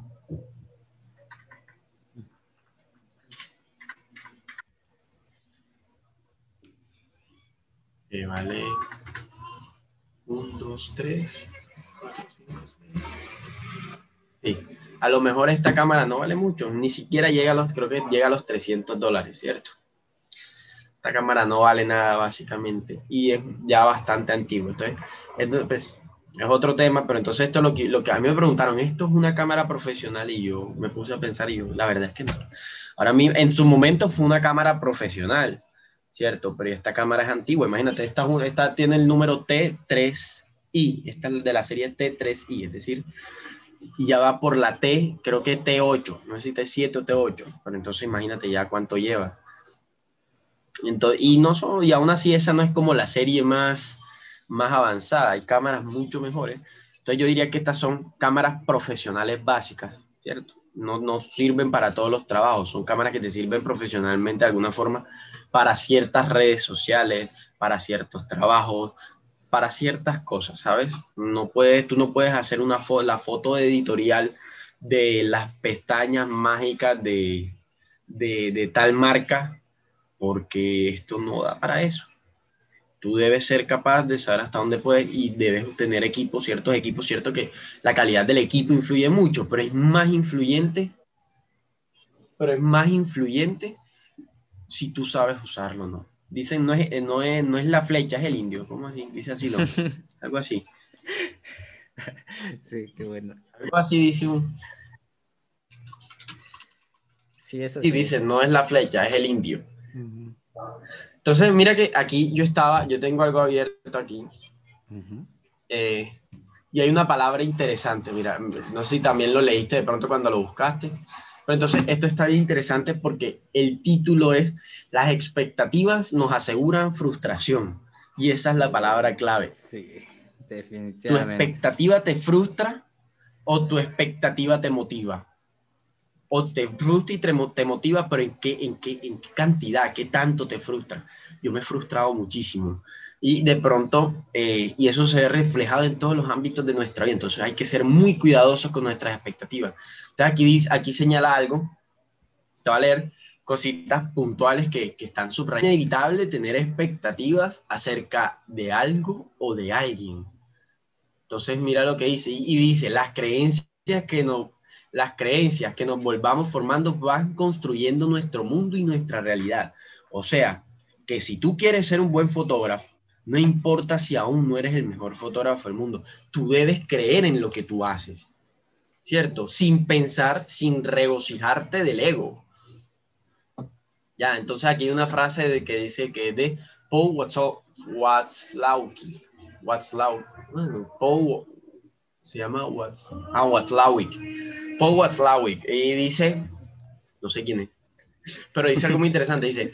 eh, vale uno, dos, tres, cuatro, cinco, seis. Sí, a lo mejor esta cámara no vale mucho, ni siquiera llega a los, creo que llega a los trescientos dólares, ¿cierto? Esta cámara no vale nada básicamente y es ya bastante antiguo. Entonces, esto, pues, es otro tema, pero entonces esto es lo que, lo que a mí me preguntaron, ¿esto es una cámara profesional? Y yo me puse a pensar y yo, la verdad es que no. Ahora mismo, en su momento fue una cámara profesional, ¿cierto? Pero esta cámara es antigua, imagínate, esta, esta tiene el número T tres I, esta es de la serie T tres I, es decir, y ya va por la T, creo que T ocho, no sé si T siete o T ocho, pero entonces imagínate ya cuánto lleva. Entonces, y, no solo, y aún así esa no es como la serie más, más avanzada, hay cámaras mucho mejores. Entonces yo diría que estas son cámaras profesionales básicas, ¿cierto? No, no sirven para todos los trabajos, son cámaras que te sirven profesionalmente de alguna forma para ciertas redes sociales, para ciertos trabajos, para ciertas cosas, ¿sabes? No puedes, tú no puedes hacer una fo la foto editorial de las pestañas mágicas de, de, de tal marca porque esto no da para eso. Tú debes ser capaz de saber hasta dónde puedes y debes tener equipos, ciertos equipos, cierto que la calidad del equipo influye mucho, pero es más influyente, pero es más influyente si tú sabes usarlo, ¿no? Dicen, no es, no es, no es la flecha, es el indio, ¿cómo así? Dice así, ¿no? Algo así. Sí, qué bueno. Algo así dice un... Sí, es Y así. dice, no es la flecha, es el indio. Uh-huh. Entonces, mira que aquí yo estaba, yo tengo algo abierto aquí. Uh-huh. Eh, y hay una palabra interesante, mira, no sé si también lo leíste de pronto cuando lo buscaste, pero entonces esto está bien interesante porque el título es Las expectativas nos aseguran frustración. Y esa es la palabra clave. Sí, ¿Tu definitivamente. expectativa te frustra o tu expectativa te motiva? O te frustra y te motiva, pero ¿en qué, en qué, en qué cantidad? ¿Qué tanto te frustra? Yo me he frustrado muchísimo. Y de pronto, eh, y eso se ve reflejado en todos los ámbitos de nuestra vida. Entonces hay que ser muy cuidadosos con nuestras expectativas. Entonces aquí, aquí señala algo, te va a leer cositas puntuales que, que están subrayadas. Es inevitable tener expectativas acerca de algo o de alguien. Entonces mira lo que dice, y dice, las creencias que nos, las creencias que nos volvamos formando van construyendo nuestro mundo y nuestra realidad. O sea, que si tú quieres ser un buen fotógrafo, no importa si aún no eres el mejor fotógrafo del mundo, tú debes creer en lo que tú haces, ¿cierto? Sin pensar, sin regocijarte del ego. Ya, entonces aquí hay una frase de que dice que es de Paul Watzlawick. Watzlawick. Bueno, Paul se llama Watts, ah, Watzlawick. Paul Watzlawick. Y dice, no sé quién es, pero dice algo muy interesante. Dice,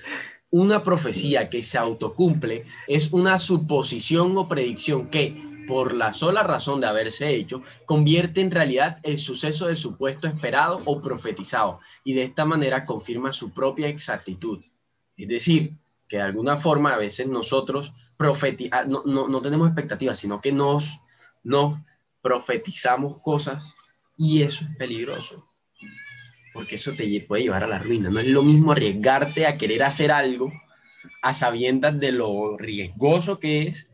Una profecía que se autocumple es una suposición o predicción que, por la sola razón de haberse hecho, convierte en realidad el suceso del supuesto esperado o profetizado, y de esta manera confirma su propia exactitud. Es decir, que de alguna forma a veces nosotros profeti ah, no, no, no tenemos expectativas, sino que nos, nos profetizamos cosas, y eso es peligroso, porque eso te puede llevar a la ruina. No es lo mismo arriesgarte a querer hacer algo a sabiendas de lo riesgoso que es,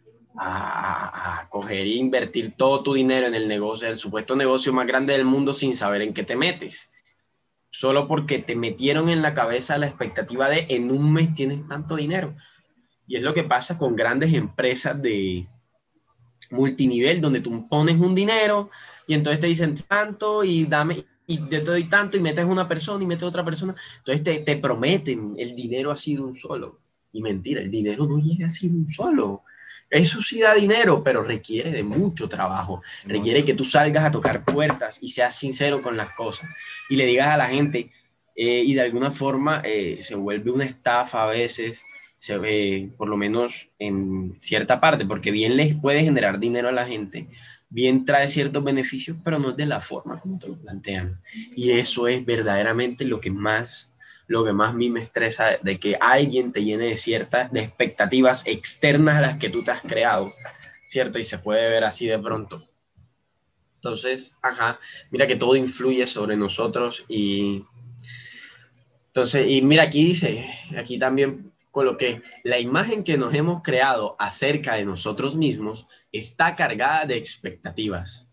a, a coger e invertir todo tu dinero en el negocio, el supuesto negocio más grande del mundo, sin saber en qué te metes. Solo porque te metieron en la cabeza la expectativa de en un mes tienes tanto dinero. Y es lo que pasa con grandes empresas de multinivel, donde tú pones un dinero y entonces te dicen tanto y dame, y yo te doy tanto, y metes una persona y metes otra persona. Entonces te, te prometen el dinero así de un solo. Y mentira, el dinero no llega así de un solo. Eso sí da dinero, pero requiere de mucho trabajo. Requiere Mucho. que tú salgas a tocar puertas y seas sincero con las cosas. Y le digas a la gente, eh, y de alguna forma eh, se vuelve una estafa a veces, se ve, por lo menos en cierta parte, porque bien les puede generar dinero a la gente, bien trae ciertos beneficios, pero no es de la forma como te lo plantean. Y eso es verdaderamente lo que más, lo que más a mí me estresa, de que alguien te llene de ciertas de expectativas externas a las que tú te has creado, ¿cierto? Y se puede ver así de pronto. Entonces, ajá, mira que todo influye sobre nosotros y entonces, y mira, aquí dice, aquí también coloqué, la imagen que nos hemos creado acerca de nosotros mismos está cargada de expectativas.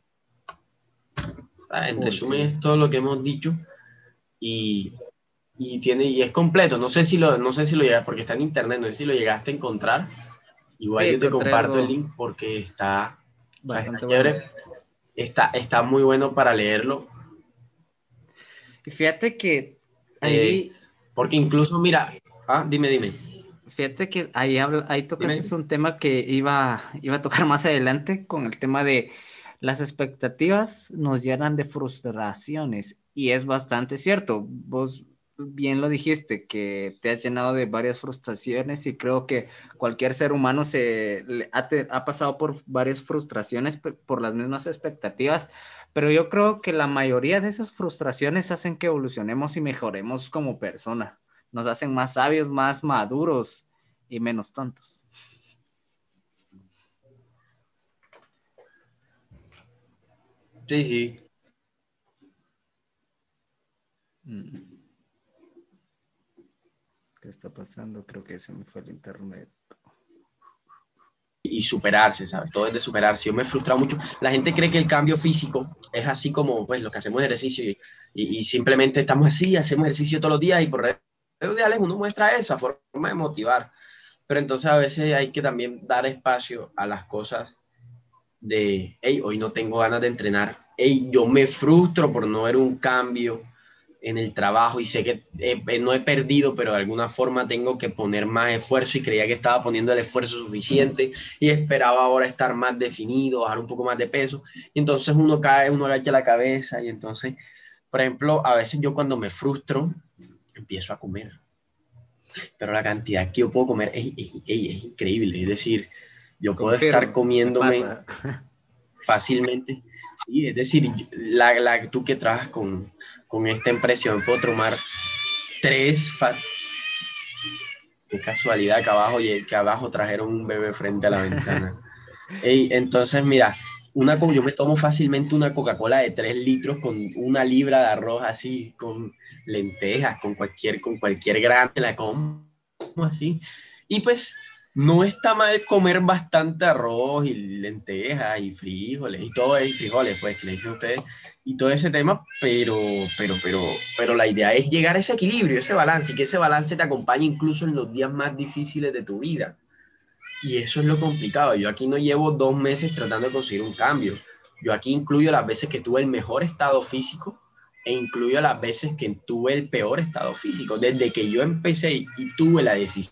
Ah, en Full, resumen, sí. es todo lo que hemos dicho y, y tiene, y es completo. No sé si lo, no sé si lo llegaste, porque está en internet, no sé si lo llegaste a encontrar. Sí, Igual yo te encontré comparto el algo link porque está, o sea, está bastante bueno. chévere, está, está muy bueno para leerlo. Y fíjate que Eh, ahí, porque incluso, mira, ah, dime, dime, fíjate que ahí, habla, ahí tocaste dime. un tema que iba, iba a tocar más adelante con el tema de las expectativas nos llenan de frustraciones y es bastante cierto. Vos bien lo dijiste, que te has llenado de varias frustraciones y creo que cualquier ser humano se le ha, te- ha pasado por varias frustraciones pe- por las mismas expectativas, pero yo creo que la mayoría de esas frustraciones hacen que evolucionemos y mejoremos como persona. Nos hacen más sabios, más maduros y menos tontos. Sí, sí. Mm, ¿Qué está pasando? Creo que se me fue el internet. Y superarse, ¿sabes? Todo es de superarse. Yo me he frustrado mucho. La gente cree que el cambio físico es así como, pues, los que hacemos ejercicio y, y, y simplemente estamos así, hacemos ejercicio todos los días y por redes sociales uno muestra esa forma de motivar. Pero entonces a veces hay que también dar espacio a las cosas de, hey, hoy no tengo ganas de entrenar. Hey, yo me frustro por no ver un cambio en el trabajo y sé que eh, no he perdido, pero de alguna forma tengo que poner más esfuerzo y creía que estaba poniendo el esfuerzo suficiente y esperaba ahora estar más definido, bajar un poco más de peso. Y entonces uno cae, uno agacha la cabeza y entonces, por ejemplo, a veces yo cuando me frustro, empiezo a comer, pero la cantidad que yo puedo comer es, es, es increíble. Es decir, yo puedo estar Confirmo, me comiéndome pasa. fácilmente. Sí, es decir, la, la, tú que trabajas con, con esta empresa, me puedo tomar tres, fa qué casualidad que abajo, y que abajo trajeron un bebé frente a la ventana. Ey, entonces, mira, una, yo me tomo fácilmente una Coca-Cola de tres litros con una libra de arroz así, con lentejas, con cualquier, con cualquier grano, la como así. Y pues no está mal comer bastante arroz y lentejas y frijoles y todo eso, y frijoles, pues, que le dicen ustedes, y todo ese tema, pero, pero, pero, pero la idea es llegar a ese equilibrio, ese balance, y que ese balance te acompañe incluso en los días más difíciles de tu vida. Y eso es lo complicado. Yo aquí no llevo dos meses tratando de conseguir un cambio. Yo aquí incluyo las veces que tuve el mejor estado físico e incluyo las veces que tuve el peor estado físico. Desde que yo empecé y tuve la decisión,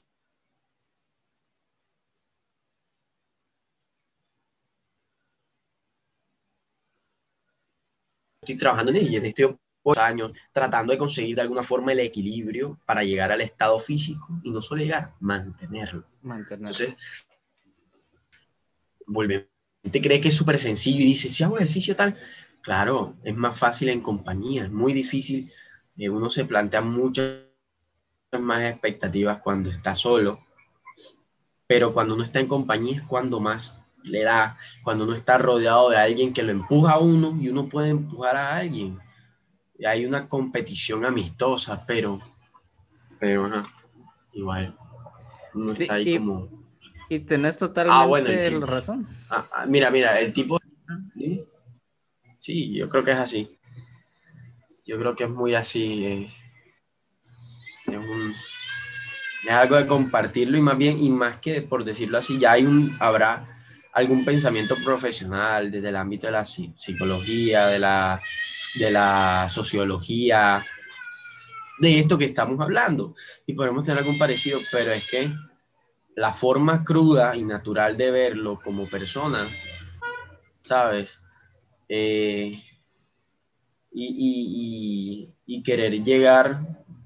estoy trabajando en ella, estoy años tratando de conseguir de alguna forma el equilibrio para llegar al estado físico y no solo llegar, mantenerlo. Mantenerlo. Entonces, volvemos. La gente cree que es súper sencillo y dice, si hago ejercicio tal, claro, es más fácil en compañía, es muy difícil, eh, uno se plantea muchas más expectativas cuando está solo, pero cuando uno está en compañía es cuando más le da, cuando uno está rodeado de alguien que lo empuja a uno y uno puede empujar a alguien. Hay una competición amistosa, pero, pero no, igual uno está Sí, ahí y, como... y tenés Ah, bueno, el totalmente la tipo. razón. Ah, ah, mira, mira, el tipo... ¿Sí? Sí, yo creo que es así. Yo creo que es muy así. eh, es, un- es algo de compartirlo y más bien, y más que por decirlo así, ya hay un, habrá algún pensamiento profesional desde el ámbito de la psi- psicología, de la, de la sociología, de esto que estamos hablando. Y podemos tener algún parecido, pero es que la forma cruda y natural de verlo como persona, ¿sabes? Eh, y, y, y, y querer llegar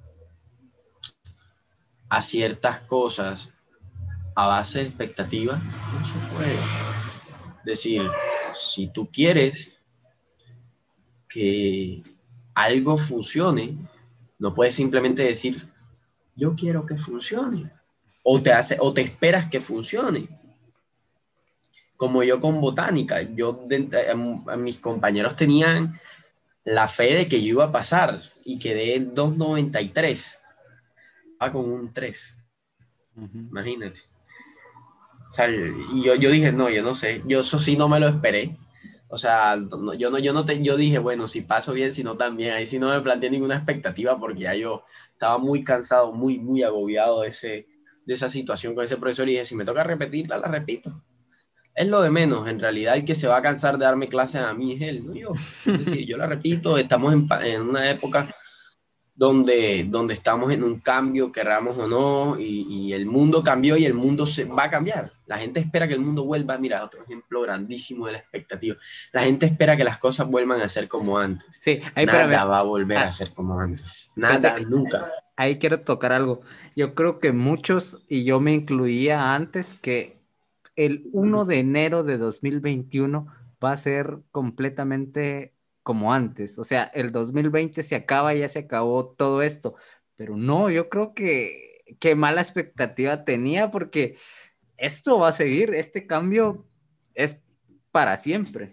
a ciertas cosas a base de expectativas, no se puede. Es decir, si tú quieres que algo funcione, no puedes simplemente decir, yo quiero que funcione, o te, hace, o te esperas que funcione. Como yo con botánica, yo de, a, a mis compañeros tenían la fe de que yo iba a pasar y quedé en dos noventa y tres, va con un tres, Ujú. imagínate. O sea, y yo, yo dije, no, yo no sé, yo eso sí no me lo esperé. O sea, no, yo no, yo no te, yo dije, bueno, si paso bien, si no también, ahí sí no me planteé ninguna expectativa porque ya yo estaba muy cansado, muy, muy agobiado de ese, de esa situación con ese profesor y dije, si me toca repetirla, la repito. Es lo de menos, en realidad el que se va a cansar de darme clases a mí es él, no yo. Es decir, yo la repito, estamos en, en una época donde, donde estamos en un cambio, querramos o no, y, y, el mundo cambió y el mundo se va a cambiar. La gente espera que el mundo vuelva, mira, otro ejemplo grandísimo de la expectativa. La gente espera que las cosas vuelvan a ser como antes. Sí, ahí Nada espérame. va a volver a Ah, ser como antes. fíjate Nada, que nunca. ahí quiero tocar algo. Yo creo que muchos, y yo me incluía antes, que el uno de enero de dos mil veintiuno va a ser completamente como antes. O sea, el dos mil veinte se acaba, ya se acabó todo esto. Pero no, yo creo que qué mala expectativa tenía porque esto va a seguir, este cambio es para siempre.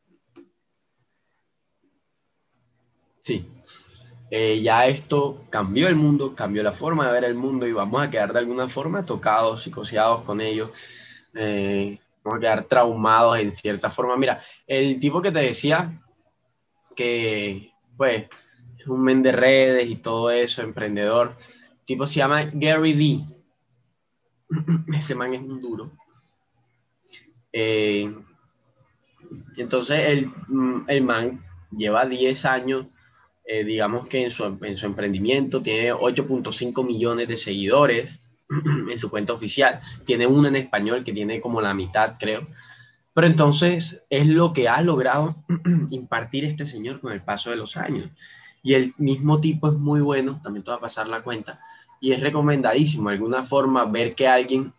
Sí, eh, ya esto cambió el mundo, cambió la forma de ver el mundo y vamos a quedar de alguna forma tocados, psicoseados con ellos. Eh, vamos a quedar traumados en cierta forma. Mira, el tipo que te decía que, pues, es un men de redes y todo eso, emprendedor. El tipo se llama Gary Vee. Ese man es un duro. Eh, entonces, el, el man lleva diez años, eh, digamos que en su, en su emprendimiento, tiene ocho punto cinco millones de seguidores en su cuenta oficial. Tiene uno en español que tiene como la mitad, creo. Pero entonces es lo que ha logrado impartir este señor con el paso de los años. Y el mismo tipo es muy bueno, también te va a pasar la cuenta, y es recomendadísimo de alguna forma ver que alguien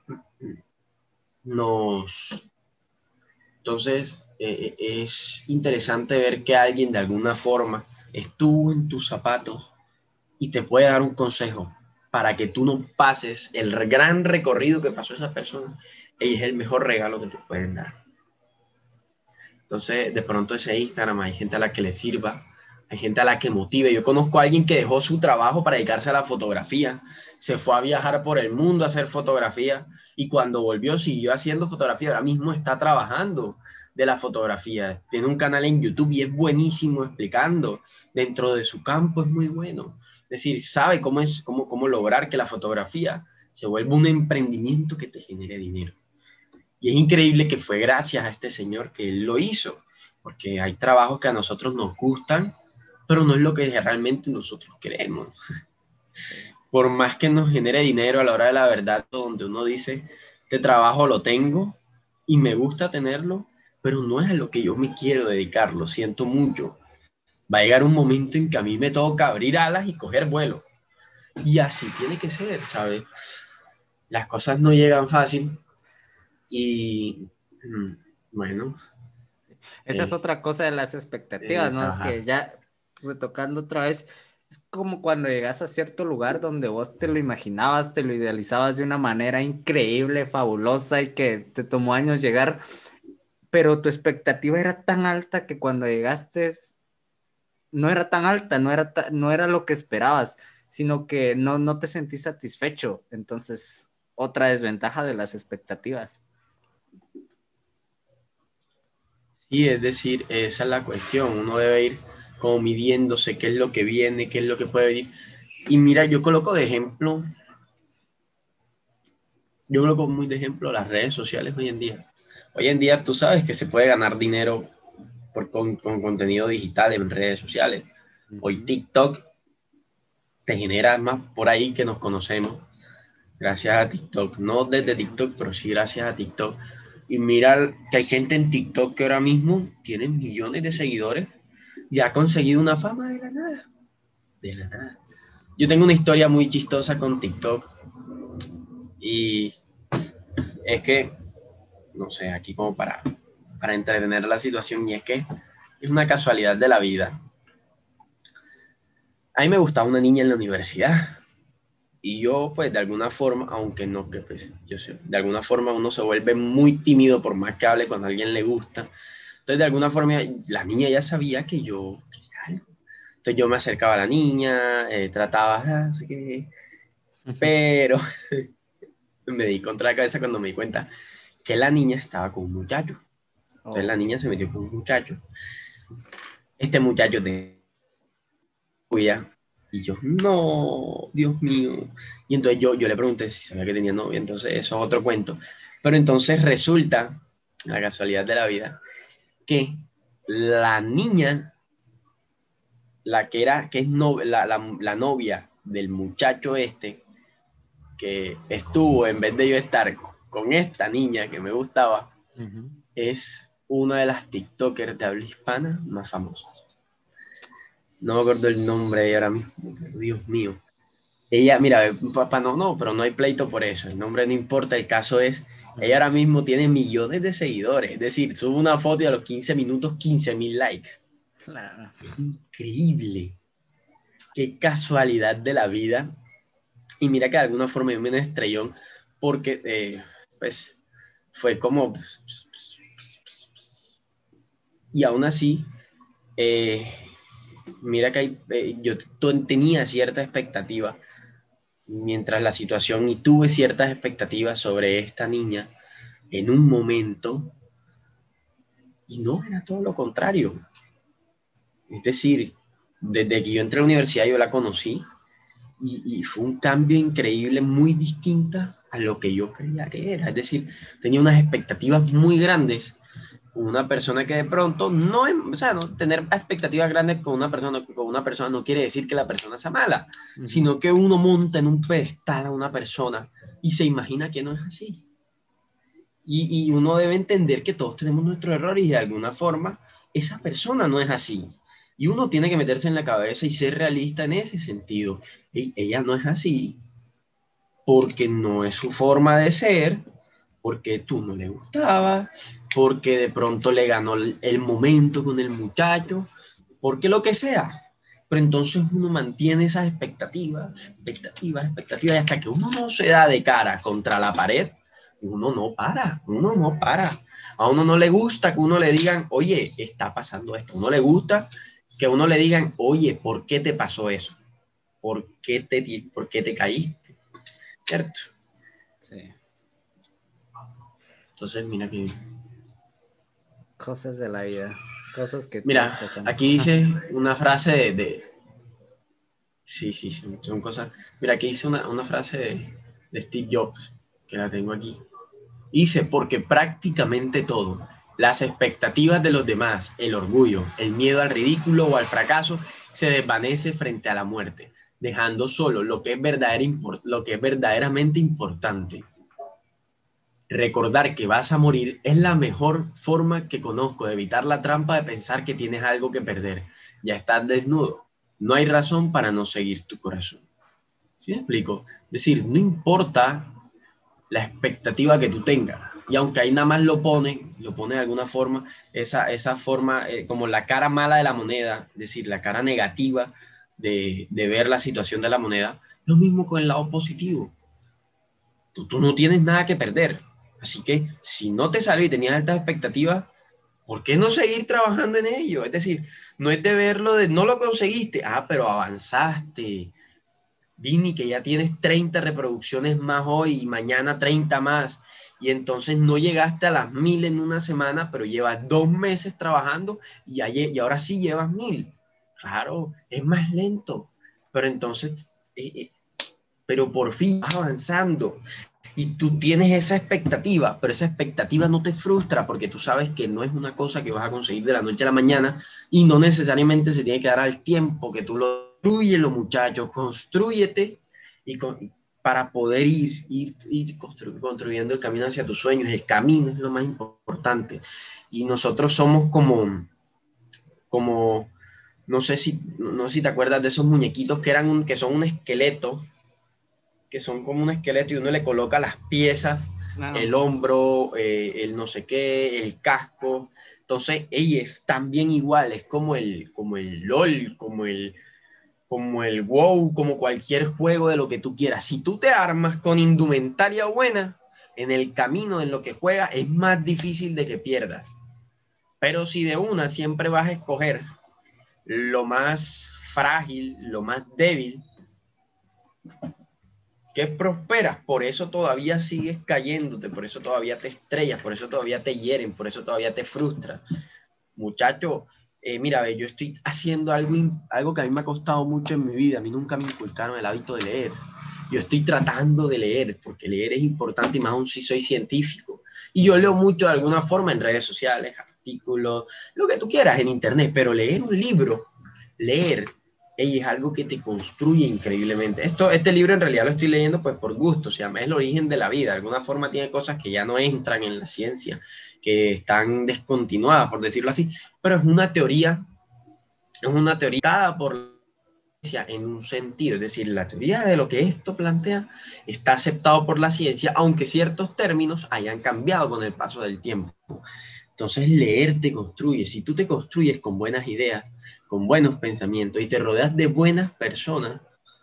nos... Entonces eh, es interesante ver que alguien de alguna forma estuvo en tus zapatos y te puede dar un consejo para que tú no pases el gran recorrido que pasó esa persona. Y es el mejor regalo que te pueden dar. Entonces, de pronto ese Instagram hay gente a la que le sirva, hay gente a la que motive. Yo conozco a alguien que dejó su trabajo para dedicarse a la fotografía, se fue a viajar por el mundo a hacer fotografía y cuando volvió siguió haciendo fotografía. Ahora mismo está trabajando de la fotografía. Tiene un canal en YouTube y es buenísimo explicando. Dentro de su campo es muy bueno. Es decir, sabe cómo es, cómo, cómo lograr que la fotografía se vuelva un emprendimiento que te genere dinero. Y es increíble que fue gracias a este señor que él lo hizo, porque hay trabajos que a nosotros nos gustan, pero no es lo que realmente nosotros queremos. Sí. Por más que nos genere dinero a la hora de la verdad, donde uno dice, este trabajo lo tengo y me gusta tenerlo, pero no es a lo que yo me quiero dedicar, lo siento mucho. Va a llegar un momento en que a mí me toca abrir alas y coger vuelo. Y así tiene que ser, ¿sabes? Las cosas no llegan fácil y, mm, bueno, Esa es eh, otra cosa de las eh, expectativas, ¿no? Es que trabajar. ya retocando otra vez, es como cuando llegas a cierto lugar donde vos te lo imaginabas, te lo idealizabas de una manera increíble, fabulosa y que te tomó años llegar, pero tu expectativa era tan alta que cuando llegaste no era tan alta, no era, ta- no era lo que esperabas, sino que no, no te sentís satisfecho. Entonces, otra desventaja de las expectativas. Y es decir, esa es la cuestión. Uno debe ir como midiéndose qué es lo que viene, qué es lo que puede venir. Y mira, yo coloco de ejemplo, yo coloco muy de ejemplo las redes sociales hoy en día. Hoy en día tú sabes que se puede ganar dinero por, con, con contenido digital en redes sociales. Hoy Ujú. TikTok te genera más por ahí que nos conocemos, gracias a TikTok. No desde TikTok, pero sí gracias a TikTok. Y mira que hay gente en TikTok que ahora mismo tiene millones de seguidores y ha conseguido una fama de la nada. De la nada. Yo tengo una historia muy chistosa con TikTok y es que, no sé, aquí como para, para entretener la situación, y es que es una casualidad de la vida. A mí me gustaba una niña en la universidad y yo, pues, de alguna forma, aunque no, que pues, yo sé, de alguna forma uno se vuelve muy tímido por más que hable cuando a alguien le gusta. Entonces, de alguna forma, la niña ya sabía que yo, que era algo. Entonces, yo me acercaba a la niña, eh, trataba, ah, no sé qué, pero me di contra la cabeza cuando me di cuenta que la niña estaba con un muchacho. Entonces, la Oh, niña se metió con un muchacho. Este muchacho tenía novia y yo, no, Dios mío. Y entonces yo, yo le pregunté si sabía que tenía novia, entonces eso es otro cuento. Pero entonces resulta, la casualidad de la vida, que la niña, la que era, que es no, la, la, la novia del muchacho este, que estuvo en vez de yo estar con esta niña que me gustaba, ujú. es una de las TikTokers de habla hispana más famosas. No me acuerdo el nombre de ella ahora mismo, pero Dios mío. Ella, mira, papá, no, no, pero no hay pleito por eso. El nombre no importa. El caso es, ella Ujú. ahora mismo tiene millones de seguidores. Es decir, sube una foto y a los quince minutos, quince mil likes. Claro. Es increíble. Qué casualidad de la vida. Y mira que de alguna forma yo me un estrellón porque, eh, pues, fue como... Y aún así, eh, mira que hay, eh, yo t- tenía cierta expectativa mientras la situación y tuve ciertas expectativas sobre esta niña en un momento y no era todo lo contrario. Es decir, desde que yo entré a la universidad yo la conocí y, y fue un cambio increíble, muy distinta a lo que yo creía que era. Es decir, tenía unas expectativas muy grandes con una persona que de pronto no, es- o sea, no tener expectativas grandes con una persona, con una persona no quiere decir que la persona sea mala, Ujú. sino que uno monta en un pedestal a una persona y se imagina que no es así. Y, y uno debe entender que todos tenemos nuestros errores y de alguna forma esa persona no es así. Y uno tiene que meterse en la cabeza y ser realista en ese sentido. Ey, ella no es así porque no es su forma de ser, porque tú no le gustabas, porque de pronto le ganó el, el momento con el muchacho, porque lo que sea. Pero entonces uno mantiene esas expectativas, expectativas, expectativas, y hasta que uno no se da de cara contra la pared, uno no para, uno no para. A uno no le gusta que uno le digan, oye, está pasando esto. A uno le gusta que a uno le digan, oye, ¿por qué te pasó eso? ¿Por qué te, por qué te caíste? ¿Cierto? Sí. Entonces, mira que, Cosas de la vida, cosas que todos mira, pasamos. aquí dice una frase de, de sí, sí, sí, son cosas. Mira, aquí dice una, una frase de, de Steve Jobs, que la tengo aquí. Dice, porque prácticamente todo, las expectativas de los demás, el orgullo, el miedo al ridículo o al fracaso, se desvanece frente a la muerte, dejando solo lo que es, verdadera, lo que es verdaderamente importante. Recordar que vas a morir es la mejor forma que conozco de evitar la trampa de pensar que tienes algo que perder. ya estás desnudo. No hay razón para no seguir tu corazón. ¿Sí me explico? Es decir, no importa la expectativa que tú tengas. Y aunque ahí nada más lo pone, lo pone de alguna forma, esa, esa forma, eh, como la cara mala de la moneda, es decir, la cara negativa de, de ver la situación de la moneda, lo mismo con el lado positivo. Tú, tú no tienes nada que perder. Así que si no te salió y tenías altas expectativas, ¿por qué no seguir trabajando en ello? Es decir, no es de verlo de no lo conseguiste, ah, pero avanzaste. Vini, que ya tienes treinta reproducciones más hoy y mañana treinta más. Y entonces no llegaste a las mil en una semana, pero llevas dos meses trabajando y, ayer, y ahora sí llevas mil. Claro, es más lento, pero entonces, eh, eh, pero por fin vas avanzando. Y tú tienes esa expectativa, pero esa expectativa no te frustra porque tú sabes que no es una cosa que vas a conseguir de la noche a la mañana y no necesariamente se tiene que dar al tiempo que tú lo construyelo, muchachos, construyete y con, para poder ir, ir, ir constru, construyendo el camino hacia tus sueños. El camino es lo más importante. Y nosotros somos como, como no sé si, no sé si te acuerdas de esos muñequitos que, eran un, que son un esqueleto que son como un esqueleto y uno le coloca las piezas, el Claro. hombro, eh, el no sé qué, el casco. Entonces, ella es también igual, es como el, como el LOL, como el, como el WoW, como cualquier juego de lo que tú quieras. Si tú te armas con indumentaria buena, en el camino en lo que juegas es más difícil de que pierdas. Pero si de una siempre vas a escoger lo más frágil, lo más débil, que prosperas, por eso todavía sigues cayéndote, por eso todavía te estrellas, por eso todavía te hieren, por eso todavía te frustras. Muchacho, eh, mira, ve, yo estoy haciendo algo, algo que a mí me ha costado mucho en mi vida, a mí nunca me inculcaron el hábito de leer. Yo estoy tratando de leer, porque leer es importante y más aún si soy científico. Y yo leo mucho de alguna forma en redes sociales, artículos, lo que tú quieras en internet, pero leer un libro, leer ey, es algo que te construye increíblemente. Esto, este libro en realidad lo estoy leyendo pues por gusto, se llama El origen de la vida. De alguna forma tiene cosas que ya no entran en la ciencia, que están descontinuadas, por decirlo así, pero es una teoría, es una teoría dada por la ciencia en un sentido, es decir, la teoría de lo que esto plantea está aceptado por la ciencia, aunque ciertos términos hayan cambiado con el paso del tiempo. Entonces, leer te construye. Si tú te construyes con buenas ideas, con buenos pensamientos y te rodeas de buenas personas,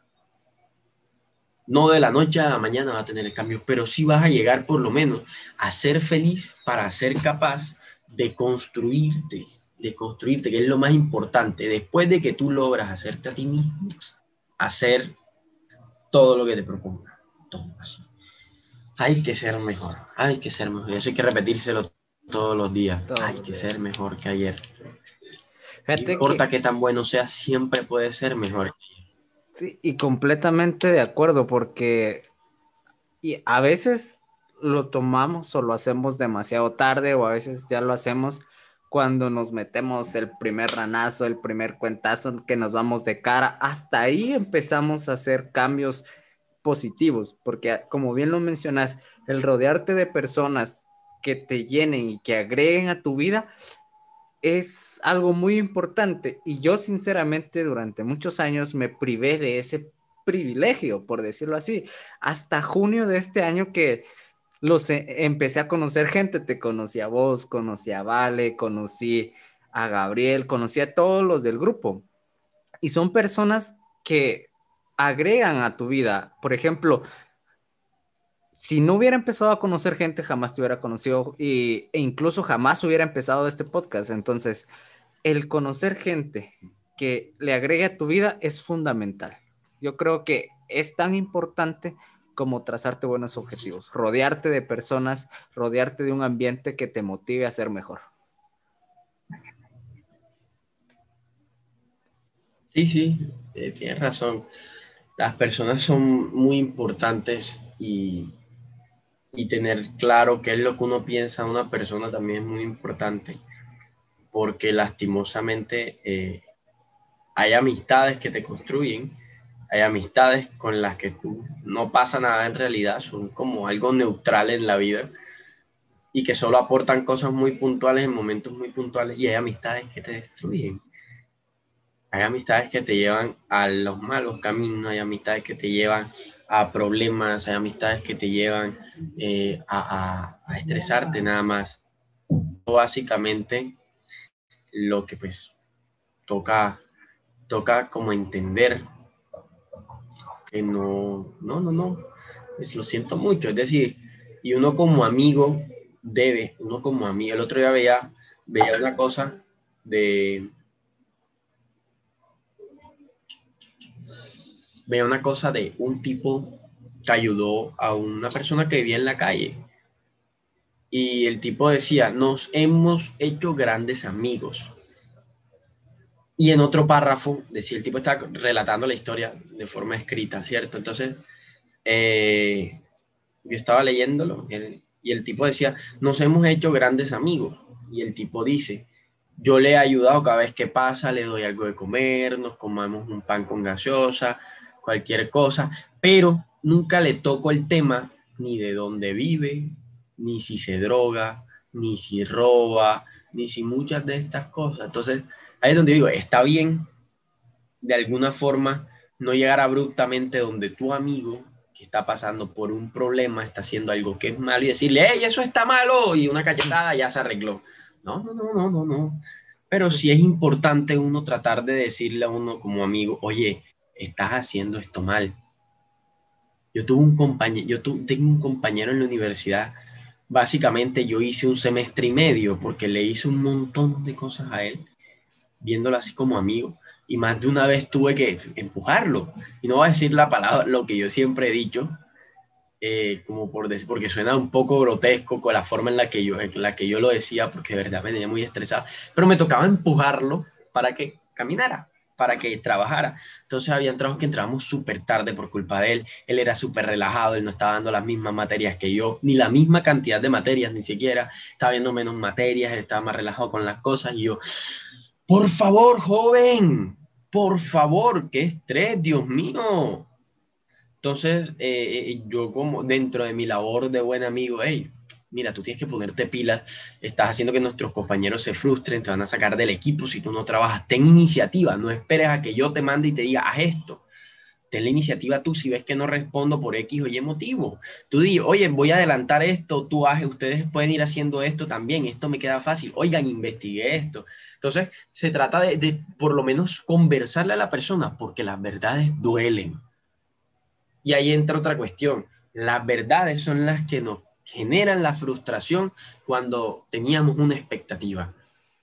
no de la noche a la mañana vas a tener el cambio, pero sí vas a llegar por lo menos a ser feliz para ser capaz de construirte, de construirte, que es lo más importante. Después de que tú logras hacerte a ti mismo, hacer todo lo que te proponga. Todo así. Hay que ser mejor, hay que ser mejor. Eso hay que repetírselo todos los días. Todos Hay los que ser días. mejor que ayer. No Fíjate importa que qué tan bueno sea, siempre puede ser mejor. sí, y completamente de acuerdo, porque y a veces lo tomamos o lo hacemos demasiado tarde, o a veces ya lo hacemos cuando nos metemos el primer ranazo, el primer cuentazo, que nos vamos de cara. Hasta ahí empezamos a hacer cambios positivos, porque como bien lo mencionas, el rodearte de personas que te llenen y que agreguen a tu vida es algo muy importante. Y yo sinceramente durante muchos años me privé de ese privilegio, por decirlo así, hasta junio de este año que los e- empecé a conocer gente. Te conocí a vos, conocí a Vale, conocí a Gabriel, conocí a todos los del grupo. Y son personas que agregan a tu vida. Por ejemplo, si no hubiera empezado a conocer gente, jamás te hubiera conocido y, e incluso jamás hubiera empezado este podcast. Entonces, el conocer gente que le agregue a tu vida es fundamental. Yo creo que es tan importante como trazarte buenos objetivos, rodearte de personas, rodearte de un ambiente que te motive a ser mejor. Sí, sí, eh, tienes razón. Las personas son muy importantes y, y tener claro qué es lo que uno piensa de una persona también es muy importante, porque lastimosamente eh, hay amistades que te construyen, hay amistades con las que tú no pasa nada en realidad, son como algo neutral en la vida y que solo aportan cosas muy puntuales en momentos muy puntuales y hay amistades que te destruyen. Hay amistades que te llevan a los malos caminos, hay amistades que te llevan a problemas, hay amistades que te llevan eh, a, a, a estresarte nada más. Básicamente lo que pues toca, toca como entender que no, no, no, no, pues lo siento mucho, es decir, y uno como amigo debe, uno como amigo, el otro día veía, veía una cosa de, veía una cosa de un tipo que ayudó a una persona que vivía en la calle y el tipo decía, nos hemos hecho grandes amigos. Y en otro párrafo decía, el tipo está relatando la historia de forma escrita, ¿cierto? Entonces, eh, yo estaba leyéndolo y el, y el tipo decía, nos hemos hecho grandes amigos. Y el tipo dice, yo le he ayudado cada vez que pasa, le doy algo de comer, nos comamos un pan con gaseosa, cualquier cosa, pero nunca le toco el tema ni de dónde vive, ni si se droga, ni si roba, ni si muchas de estas cosas. Entonces, ahí es donde digo, está bien de alguna forma no llegar abruptamente donde tu amigo que está pasando por un problema, está haciendo algo que es malo y decirle, hey, eso está malo, y una cachetada ya se arregló. No, no, no, no, no, no. Pero sí es importante uno tratar de decirle a uno como amigo, oye, estás haciendo esto mal. Yo tuve un compañero, yo tu, tengo un compañero en la universidad, básicamente yo hice un semestre y medio porque le hice un montón de cosas a él viéndolo así como amigo, y más de una vez tuve que empujarlo. Y no voy a decir la palabra, lo que yo siempre he dicho, eh, como por decir, porque suena un poco grotesco con la forma en la que yo, en la que yo lo decía, porque de verdad me tenía muy estresado, pero me tocaba empujarlo para que caminara, para que trabajara. Entonces había trabajos que entrábamos súper tarde por culpa de él, él era súper relajado, él no estaba dando las mismas materias que yo, ni la misma cantidad de materias, ni siquiera, estaba viendo menos materias, él estaba más relajado con las cosas, y yo, por favor, joven, por favor, qué estrés, Dios mío. Entonces, eh, eh, yo como dentro de mi labor de buen amigo, hey, mira, tú tienes que ponerte pilas, estás haciendo que nuestros compañeros se frustren, te van a sacar del equipo si tú no trabajas. Ten iniciativa, no esperes a que yo te mande y te diga, haz esto. Ten la iniciativa tú si ves que no respondo por X o Y motivo. Tú di, oye, voy a adelantar esto, tú haz, ustedes pueden ir haciendo esto también, esto me queda fácil. Oigan, investigué esto. Entonces, se trata de, de por lo menos conversarle a la persona, porque las verdades duelen. Y ahí entra otra cuestión. Las verdades son las que nos generan la frustración cuando teníamos una expectativa.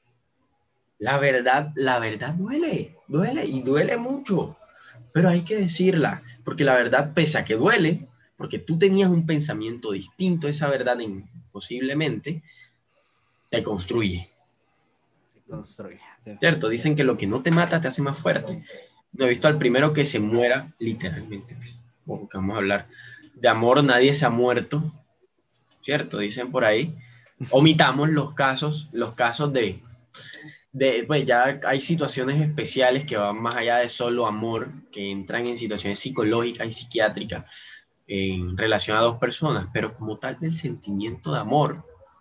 La verdad, la verdad duele, duele y duele mucho, pero hay que decirla, porque la verdad, pese a que duele, porque tú tenías un pensamiento distinto a esa verdad en, posiblemente, te construye, Se construye. ¿cierto? Dicen que lo que no te mata te hace más fuerte. No he visto al primero que se muera, literalmente, pues, porque vamos a hablar de amor, nadie se ha muerto, ¿cierto? Dicen por ahí. Omitamos los casos, los casos de de, pues ya hay situaciones especiales que van más allá de solo amor, que entran en situaciones psicológicas y psiquiátricas en relación a dos personas, pero como tal del sentimiento de amor,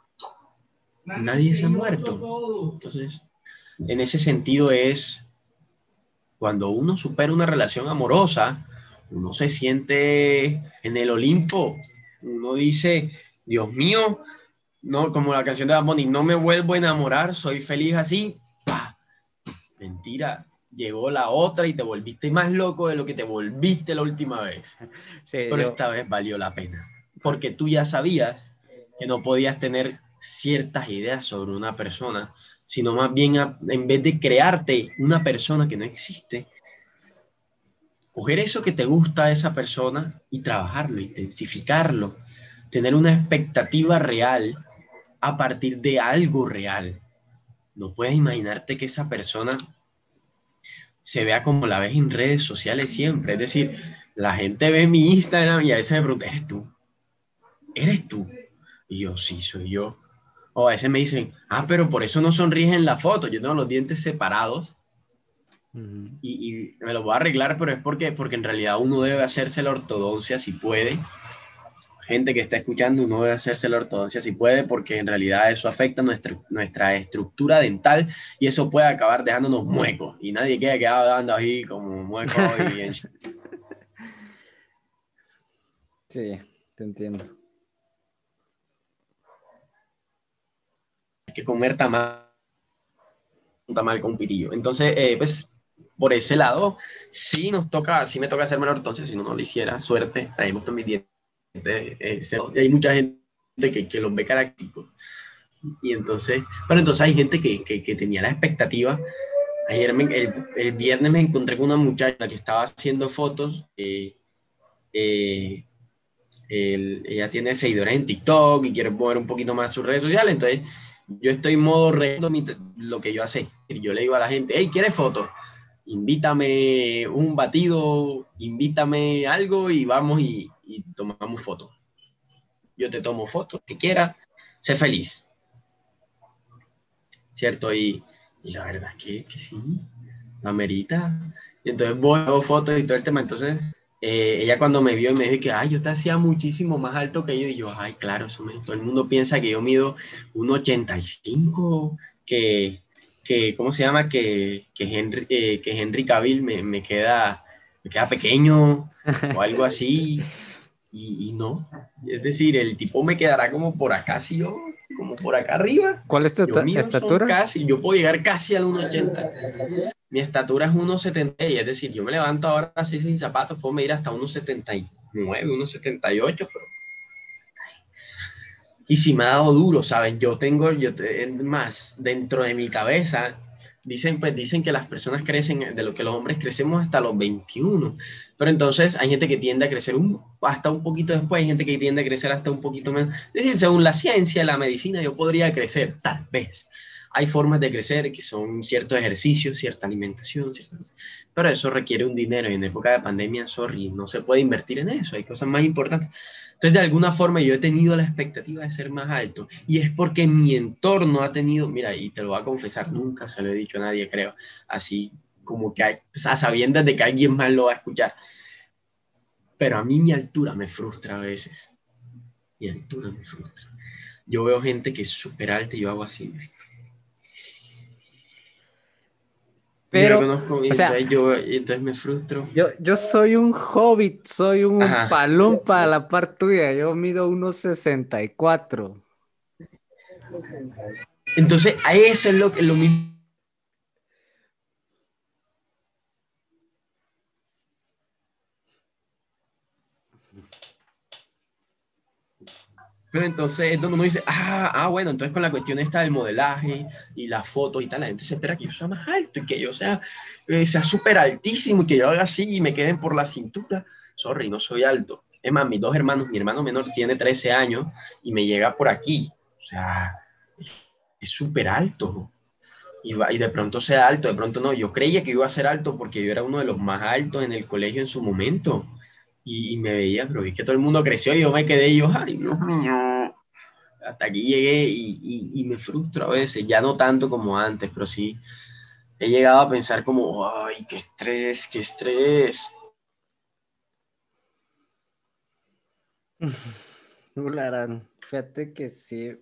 nadie se ha muerto. Entonces, en ese sentido es cuando uno supera una relación amorosa, uno se siente en el Olimpo, uno dice, Dios mío, no, como la canción de Bad Bunny, no me vuelvo a enamorar, soy feliz así. ¡Pah! Mentira, llegó la otra y te volviste más loco de lo que te volviste la última vez. Sí, Pero yo, esta vez valió la pena, porque tú ya sabías que no podías tener ciertas ideas sobre una persona, sino más bien a, en vez de crearte una persona que no existe, coger eso que te gusta a esa persona y trabajarlo, intensificarlo, tener una expectativa real a partir de algo real. No puedes imaginarte que esa persona se vea como la ves en redes sociales siempre. Es decir, la gente ve mi Instagram y a veces me pregunta, ¿eres tú? ¿Eres tú? Y yo, sí, soy yo. O a veces me dicen, ah, pero por eso no sonríes en la foto. Yo tengo los dientes separados ujú. y, y me los voy a arreglar, pero es porque, porque en realidad uno debe hacerse la ortodoncia si puede, gente que está escuchando, no debe hacerse la ortodoncia si puede, porque en realidad eso afecta nuestra, nuestra estructura dental y eso puede acabar dejándonos muecos. Y nadie queda quedado dando ahí como mueco y en... Sí, te entiendo. Hay que comer tamal, un tamal con pitillo. Entonces, eh, pues, por ese lado, sí nos toca, sí me toca hacerme la ortodoncia, si no, no lo hiciera, suerte, ahí me gustan mis dientes. Eh, y hay mucha gente que, que los ve carácticos. Y entonces, pero entonces hay gente que, que, que tenía la expectativa. Ayer, me, el, el, viernes me encontré con una muchacha que estaba haciendo fotos. Eh, eh, el, ella tiene seguidores en TikTok y quiere mover un poquito más sus redes sociales. Entonces, yo estoy en modo reto lo que yo hace. Yo le digo a la gente, hey, ¿quieres fotos? Invítame un batido, invítame algo y vamos y, y tomamos fotos. Yo te tomo fotos, que quieras, sé feliz. ¿Cierto? Y, y la verdad que, que sí, amerita. Y entonces voy, hago fotos y todo el tema. Entonces, eh, ella cuando me vio y me dijo que, ay, yo te hacía muchísimo más alto que yo. Y yo, ay, claro, eso me, todo el mundo piensa que yo mido un ochenta y cinco, que, que ¿cómo se llama? Que, que, Henry, eh, que Henry Cavill me, me, queda, me queda pequeño o algo así. Y, y no, es decir, el tipo me quedará como por acá, si yo, como por acá arriba. ¿Cuál es tu Yo mío son estatura? casi, yo puedo llegar casi al uno ochenta. Mi estatura es uno setenta, es decir, yo me levanto ahora así sin zapatos, puedo medir hasta uno setenta y nueve, uno setenta y ocho, pero... Y si me ha dado duro, ¿saben? Yo tengo, yo te, más, dentro de mi cabeza, dicen, pues dicen que las personas crecen, de lo que los hombres crecemos hasta los veintiuno, pero entonces hay gente que tiende a crecer un, hasta un poquito después, hay gente que tiende a crecer hasta un poquito menos. Es decir, según la ciencia, la medicina, yo podría crecer, tal vez. Hay formas de crecer que son ciertos ejercicios, cierta alimentación, ciertas... pero eso requiere un dinero y en época de pandemia, sorry, no se puede invertir en eso, hay cosas más importantes. Entonces, de alguna forma, yo he tenido la expectativa de ser más alto y es porque mi entorno ha tenido, mira, y te lo voy a confesar, nunca se lo he dicho a nadie, creo, así como que hay, a sabiendas de que alguien más lo va a escuchar. Pero a mí mi altura me frustra a veces. Mi altura me frustra. Yo veo gente que es súper alta y yo hago así. Yo la Pero, conozco y o sea, entonces, yo, y entonces me frustro. yo, yo soy un hobbit, soy un Ajá. palumpa a la par tuya. Yo mido uno sesenta y cuatro. Entonces, a eso es lo, lo mismo. Pero entonces es donde uno dice, ah, ah, bueno, entonces con la cuestión esta del modelaje y las fotos y tal, la gente se espera que yo sea más alto y que yo sea eh, sea súper altísimo y que yo haga así y me queden por la cintura. Sorry, no soy alto. Es más, mis dos hermanos, mi hermano menor tiene trece años y me llega por aquí. O sea, es súper alto. Y, va, y de pronto sea alto, de pronto no. Yo creía que iba a ser alto porque yo era uno de los más altos en el colegio en su momento. Y, y me veía, pero es que todo el mundo creció y yo me quedé y yo, ay, Dios mío. Hasta aquí llegué y, y, y me frustro a veces, ya no tanto como antes, pero sí he llegado a pensar como, ay, qué estrés, qué estrés. Ularán, fíjate que sí.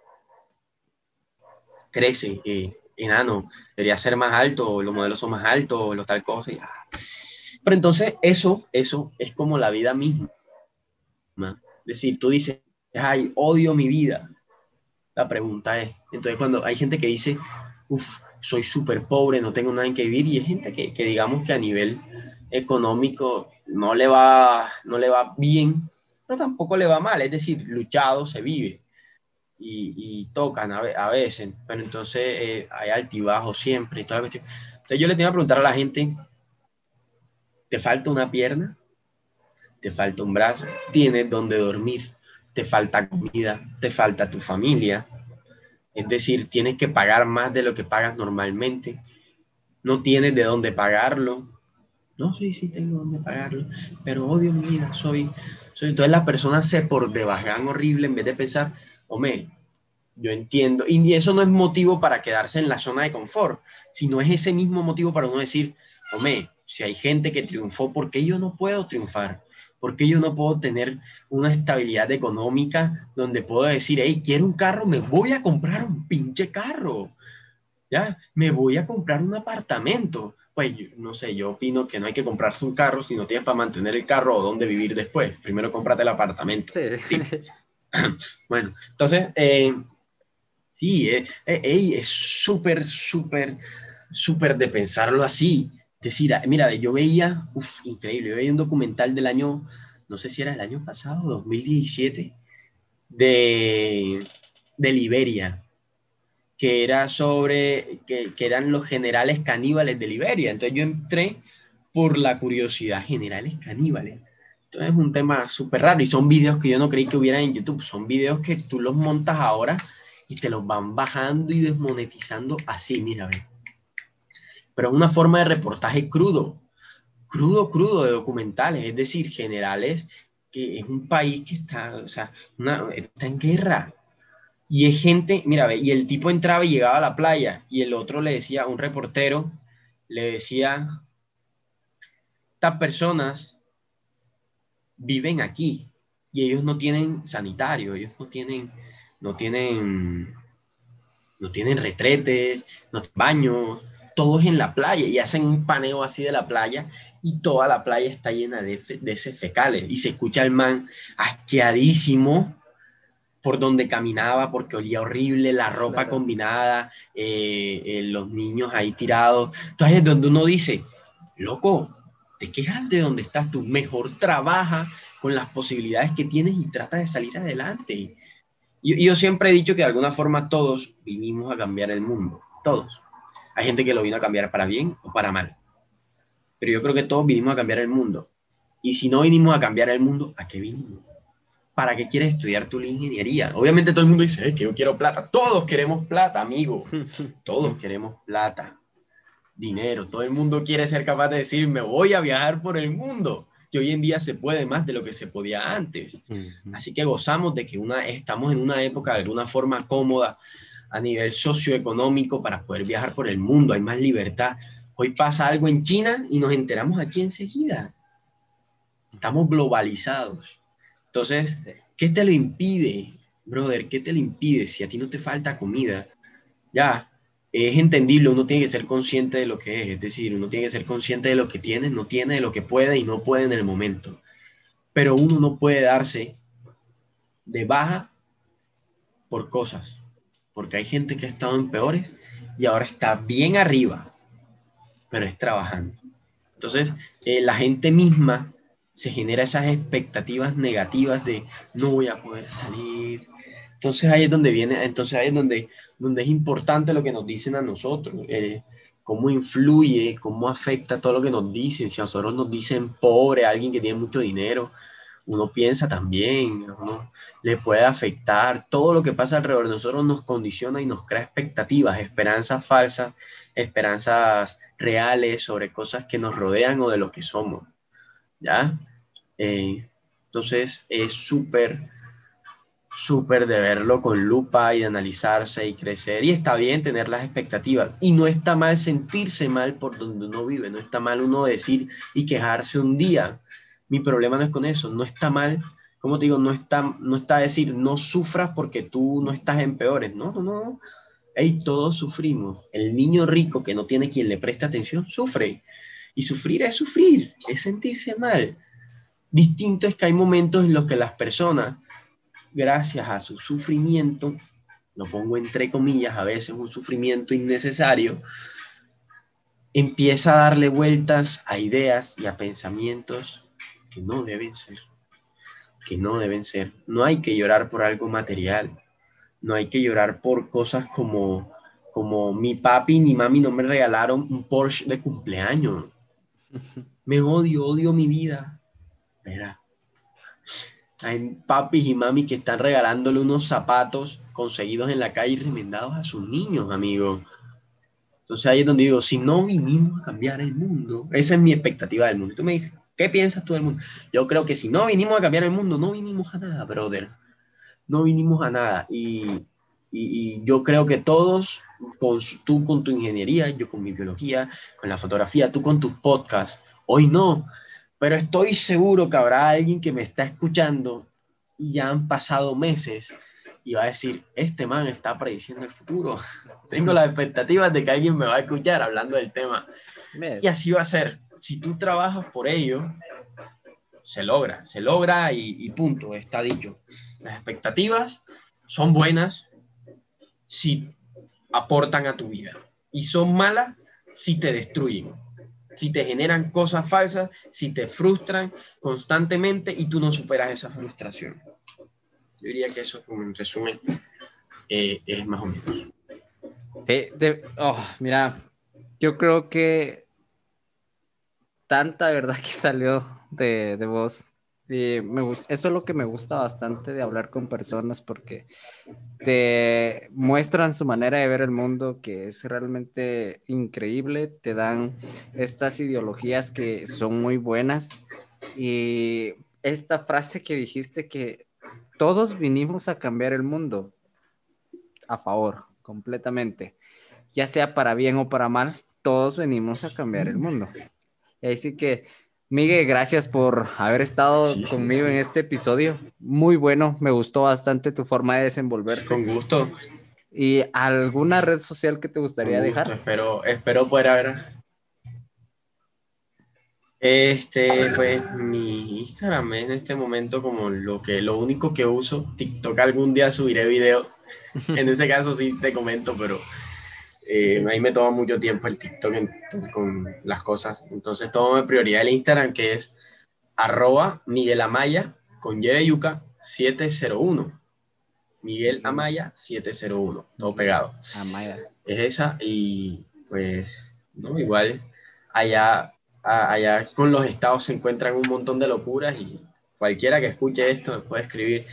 Crece, eh, enano, debería ser más alto, los modelos son más altos, los tal cosa. Y, ah. Pero entonces eso, eso es como la vida misma. Es decir, tú dices, ay, odio mi vida. La pregunta es, entonces cuando hay gente que dice, uff, soy súper pobre, no tengo nada en que vivir, y hay gente que, que digamos que a nivel económico no le va, no le va bien, pero tampoco le va mal, es decir, luchado se vive y, y tocan a, a, veces, pero entonces eh, hay altibajos siempre y toda la cuestión. Entonces yo le tengo que preguntar a la gente, ¿te falta una pierna? ¿Te falta un brazo? ¿Tienes dónde dormir? ¿Te falta comida? ¿Te falta tu familia? Es decir, tienes que pagar más de lo que pagas normalmente. No tienes de dónde pagarlo. No, sí, sí, tengo dónde pagarlo. Pero odio mi vida, soy... soy... Entonces las personas se por debajan horrible en vez de pensar, hombre, yo entiendo. Y eso no es motivo para quedarse en la zona de confort, sino es ese mismo motivo para uno decir, hombre, si hay gente que triunfó, ¿por qué yo no puedo triunfar? ¿Por qué yo no puedo tener una estabilidad económica donde puedo decir, hey, quiero un carro, me voy a comprar un pinche carro? ¿Ya? Me voy a comprar un apartamento. Pues, yo, no sé, yo opino que no hay que comprarse un carro si no tienes para mantener el carro o dónde vivir después. Primero cómprate el apartamento. Sí. Tip. Bueno, entonces, eh, sí, eh, eh, ey, es súper, súper, súper de pensarlo así. Es decir, mira, yo veía, uff, increíble, yo veía un documental del año, no sé si era el año pasado, dos mil diecisiete, de, de Liberia, que era sobre, que, que eran los generales caníbales de Liberia. Entonces yo entré por la curiosidad, generales caníbales. Entonces es un tema súper raro y son videos que yo no creí que hubieran en YouTube, son videos que tú los montas ahora y te los van bajando y desmonetizando así, mira, ve. Pero es una forma de reportaje crudo, crudo, crudo de documentales, es decir, generales, que es un país que está, o sea, una, está en guerra. Y es gente, mira, ve, y el tipo entraba y llegaba a la playa y el otro le decía, un reportero, le decía, estas personas viven aquí y ellos no tienen sanitario, ellos no tienen, no tienen, no tienen retretes, no tienen baños, todo es en la playa y hacen un paneo así de la playa y toda la playa está llena de, de heces fecales y se escucha el man asqueadísimo por donde caminaba porque olía horrible, la ropa Claro. combinada, eh, eh, los niños ahí tirados. Entonces es donde uno dice, loco, te quejas de donde estás tú, mejor trabaja con las posibilidades que tienes y trata de salir adelante. Yo, yo siempre he dicho que de alguna forma todos vinimos a cambiar el mundo, todos. Hay gente que lo vino a cambiar para bien o para mal, pero yo creo que todos vinimos a cambiar el mundo. Y si no vinimos a cambiar el mundo, ¿a qué vinimos? ¿Para qué quieres estudiar tu ingeniería? Obviamente todo el mundo dice, hey, que yo quiero plata. Todos queremos plata, amigo. Todos queremos plata, dinero. Todo el mundo quiere ser capaz de decir, me voy a viajar por el mundo. Que hoy en día se puede más de lo que se podía antes. Ujú. Así que gozamos de que una, estamos en una época de alguna forma cómoda a nivel socioeconómico para poder viajar por el mundo. Hay más libertad. Hoy pasa algo en China y nos enteramos aquí enseguida. Estamos globalizados. Entonces, Sí. ¿qué te lo impide, brother? ¿Qué te lo impide si a ti no te falta comida? Ya, es entendible, uno tiene que ser consciente de lo que es, es decir, uno tiene que ser consciente de lo que tiene, no tiene, de lo que puede y no puede en el momento. Pero uno no puede darse de baja por cosas, porque hay gente que ha estado en peores y ahora está bien arriba, pero es trabajando. Entonces, eh, la gente misma se genera esas expectativas negativas de no voy a poder salir. Entonces ahí es donde viene, entonces ahí es donde, donde es importante lo que nos dicen a nosotros, eh, cómo influye, cómo afecta todo lo que nos dicen. Si a nosotros nos dicen pobre, alguien que tiene mucho dinero, uno piensa también, uno le puede afectar. Todo lo que pasa alrededor de nosotros nos condiciona y nos crea expectativas, esperanzas falsas, esperanzas reales sobre cosas que nos rodean o de lo que somos, ¿ya? Eh, entonces es súper, súper de verlo con lupa y de analizarse y crecer. Y está bien tener las expectativas. Y no está mal sentirse mal por donde uno vive. No está mal uno decir y quejarse un día. Mi problema no es con eso. No está mal. Como te digo, no está, no está a decir no sufras porque tú no estás en peores. No, no, no. Hey, todos sufrimos. El niño rico que no tiene quien le preste atención sufre. Y sufrir es sufrir, es sentirse mal. Distinto es que hay momentos en los que las personas, gracias a su sufrimiento, lo pongo entre comillas, a veces un sufrimiento innecesario, empieza a darle vueltas a ideas y a pensamientos que no deben ser, que no deben ser. No hay que llorar por algo material, no hay que llorar por cosas como, como mi papi y mi mami no me regalaron un Porsche de cumpleaños. Me odio, odio mi vida. Mira, hay papis y mamis que están regalándole unos zapatos conseguidos en la calle y remendados a sus niños, amigo. Entonces ahí es donde digo, si no vinimos a cambiar el mundo, esa es mi expectativa del mundo. Tú me dices, ¿qué piensas tú del mundo? Yo creo que si no vinimos a cambiar el mundo, no vinimos a nada, brother. No vinimos a nada. Y, y, y yo creo que todos, con, tú con tu ingeniería, yo con mi biología, con la fotografía, tú con tus podcasts, hoy no. Pero estoy seguro que habrá alguien que me está escuchando y ya han pasado meses y va a decir, este man está prediciendo el futuro. Tengo las expectativas de que alguien me va a escuchar hablando del tema. Y así va a ser. Si tú trabajas por ello, se logra, se logra y, y punto, está dicho. Las expectativas son buenas si aportan a tu vida y son malas si te destruyen, si te generan cosas falsas, si te frustran constantemente y tú no superas esa frustración. Yo diría que eso, como en resumen, eh, es más o menos. Sí, de, oh, mira, yo creo que tanta verdad que salió de, de vos. Y me, gus- eso es lo que me gusta bastante de hablar con personas porque te muestran su manera de ver el mundo que es realmente increíble, te dan estas ideologías que son muy buenas y esta frase que dijiste que todos vinimos a cambiar el mundo a favor, completamente, ya sea para bien o para mal, todos venimos a cambiar el mundo. Así que, Miguel, gracias por haber estado Sí, sí, conmigo en sí. este episodio. Muy bueno, me gustó bastante tu forma de Sí, desenvolverte. con gusto, ¿Y alguna red social que te con gustaría gusto. dejar? Espero, espero poder haber. Este, pues mi Instagram es en este momento como lo que, lo único que uso. TikTok algún día subiré videos. En ese caso sí te comento, pero eh, ahí me toma mucho tiempo el TikTok en- con las cosas. Entonces tomo de prioridad el Instagram, que es arroba Miguel Amaya con Y de yuca siete cero uno. Miguel Miguel, Amaya siete cero uno, todo Miguel pegado. Amaya. Es esa y pues, no, igual allá, a- allá con los estados se encuentran un montón de locuras y cualquiera que escuche esto me puede escribir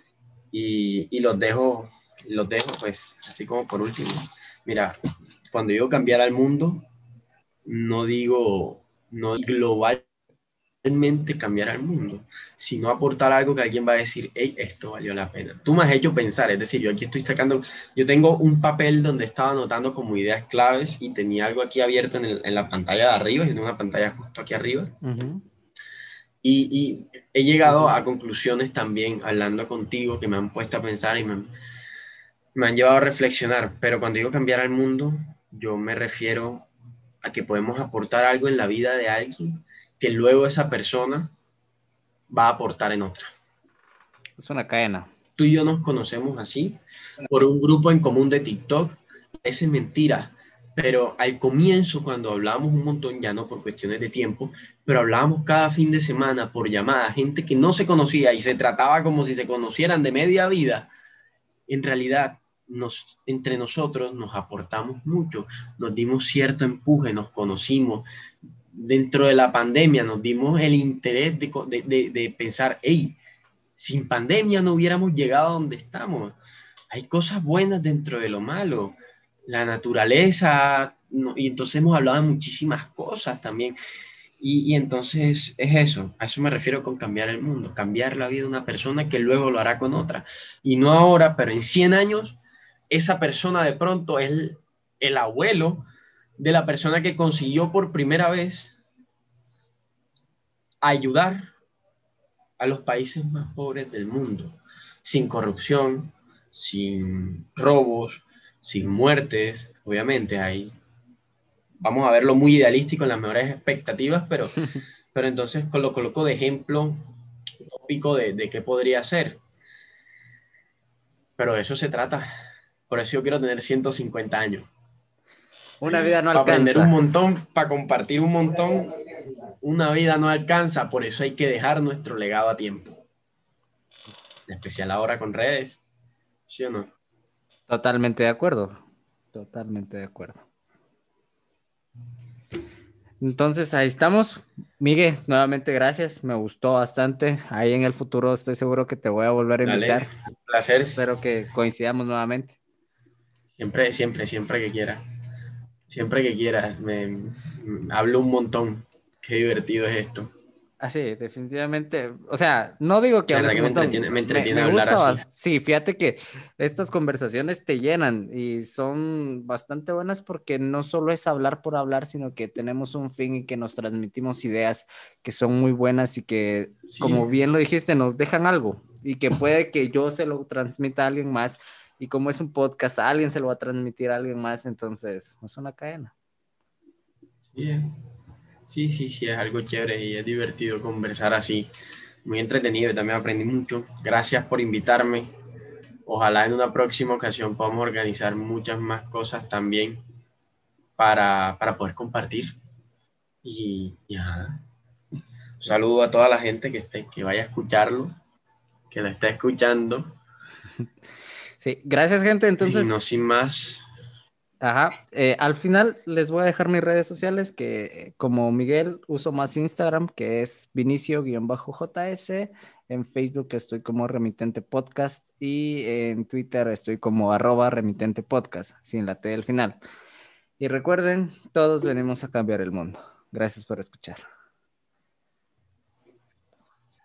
y, y los dejo, los dejo pues así como por último. Mira, cuando digo cambiar al mundo, no digo, no global realmente cambiar al mundo, sino aportar algo que alguien va a decir, hey, esto valió la pena. Tú me has hecho pensar, es decir, yo aquí estoy sacando, yo tengo un papel donde estaba anotando como ideas claves y tenía algo aquí abierto en, el, en la pantalla de arriba, y tengo una pantalla justo aquí arriba, Ujú. y, y he llegado a conclusiones también hablando contigo que me han puesto a pensar y me, han- me han llevado a reflexionar, pero cuando digo cambiar al mundo, yo me refiero a que podemos aportar algo en la vida de alguien que luego esa persona va a aportar en otra. Es una cadena. Tú y yo nos conocemos así, por un grupo en común de TikTok. Esa es mentira, pero al comienzo, cuando hablábamos un montón, ya no por cuestiones de tiempo, pero hablábamos cada fin de semana por llamada, gente que no se conocía y se trataba como si se conocieran de media vida, en realidad nos, entre nosotros nos aportamos mucho, nos dimos cierto empuje, nos conocimos. Dentro de la pandemia nos dimos el interés de, de, de, de pensar, hey, sin pandemia no hubiéramos llegado a donde estamos. Hay cosas buenas dentro de lo malo. La naturaleza, no, y entonces hemos hablado de muchísimas cosas también. Y, y entonces es eso, a eso me refiero con cambiar el mundo, cambiar la vida de una persona que luego lo hará con otra. Y no ahora, pero en cien años, esa persona de pronto es el, el abuelo de la persona que consiguió por primera vez ayudar a los países más pobres del mundo, sin corrupción, sin robos, sin muertes, obviamente hay, vamos a verlo muy idealístico en las mejores expectativas, pero, pero entonces lo coloco de ejemplo tópico de, de qué podría ser, pero de eso se trata, por eso yo quiero tener ciento cincuenta años, Una vida no para aprender un alcanza. montón, para compartir un montón, una vida no alcanza, por eso hay que dejar nuestro legado a tiempo, en especial ahora con redes, ¿sí o no? Totalmente de acuerdo. Totalmente de acuerdo. Entonces, ahí estamos. Miguel, nuevamente gracias. Me gustó bastante. Ahí en el futuro estoy seguro que te voy a volver a Dale, invitar. un placer. Espero que coincidamos nuevamente. Siempre, siempre, siempre que quieras. Siempre que quieras. Me, me- hablo un montón. Qué divertido es esto. Así, definitivamente. O sea, no digo que La verdad hables que un me montón. entretiene, me Me, entretiene me hablar gusta. así. bas- Sí, fíjate que estas conversaciones te llenan y son bastante buenas porque no solo es hablar por hablar, sino que tenemos un fin y que nos transmitimos ideas que son muy buenas y que, Sí, como bien lo dijiste, nos dejan algo y que puede que yo se lo transmita a alguien más. Y como es un podcast, a alguien se lo va a transmitir a alguien más. Entonces, es una cadena. bien. Sí, sí, sí, es algo chévere y es divertido conversar así. Muy entretenido y también aprendí mucho. Gracias por invitarme. Ojalá en una próxima ocasión podamos organizar muchas más cosas también para, para poder compartir. Y, y ajá. Un saludo a toda la gente que, esté, que vaya a escucharlo, que lo esté escuchando. Sí, gracias, gente. Y Entonces, no sin más, ajá. Eh, al final les voy a dejar mis redes sociales que eh, como Miguel uso más Instagram que es Vinicio-J S. En Facebook estoy como Remitente Podcast y en Twitter estoy como arroba Remitente Podcast, sin la T al final. Y recuerden, todos venimos a cambiar el mundo. Gracias por escuchar.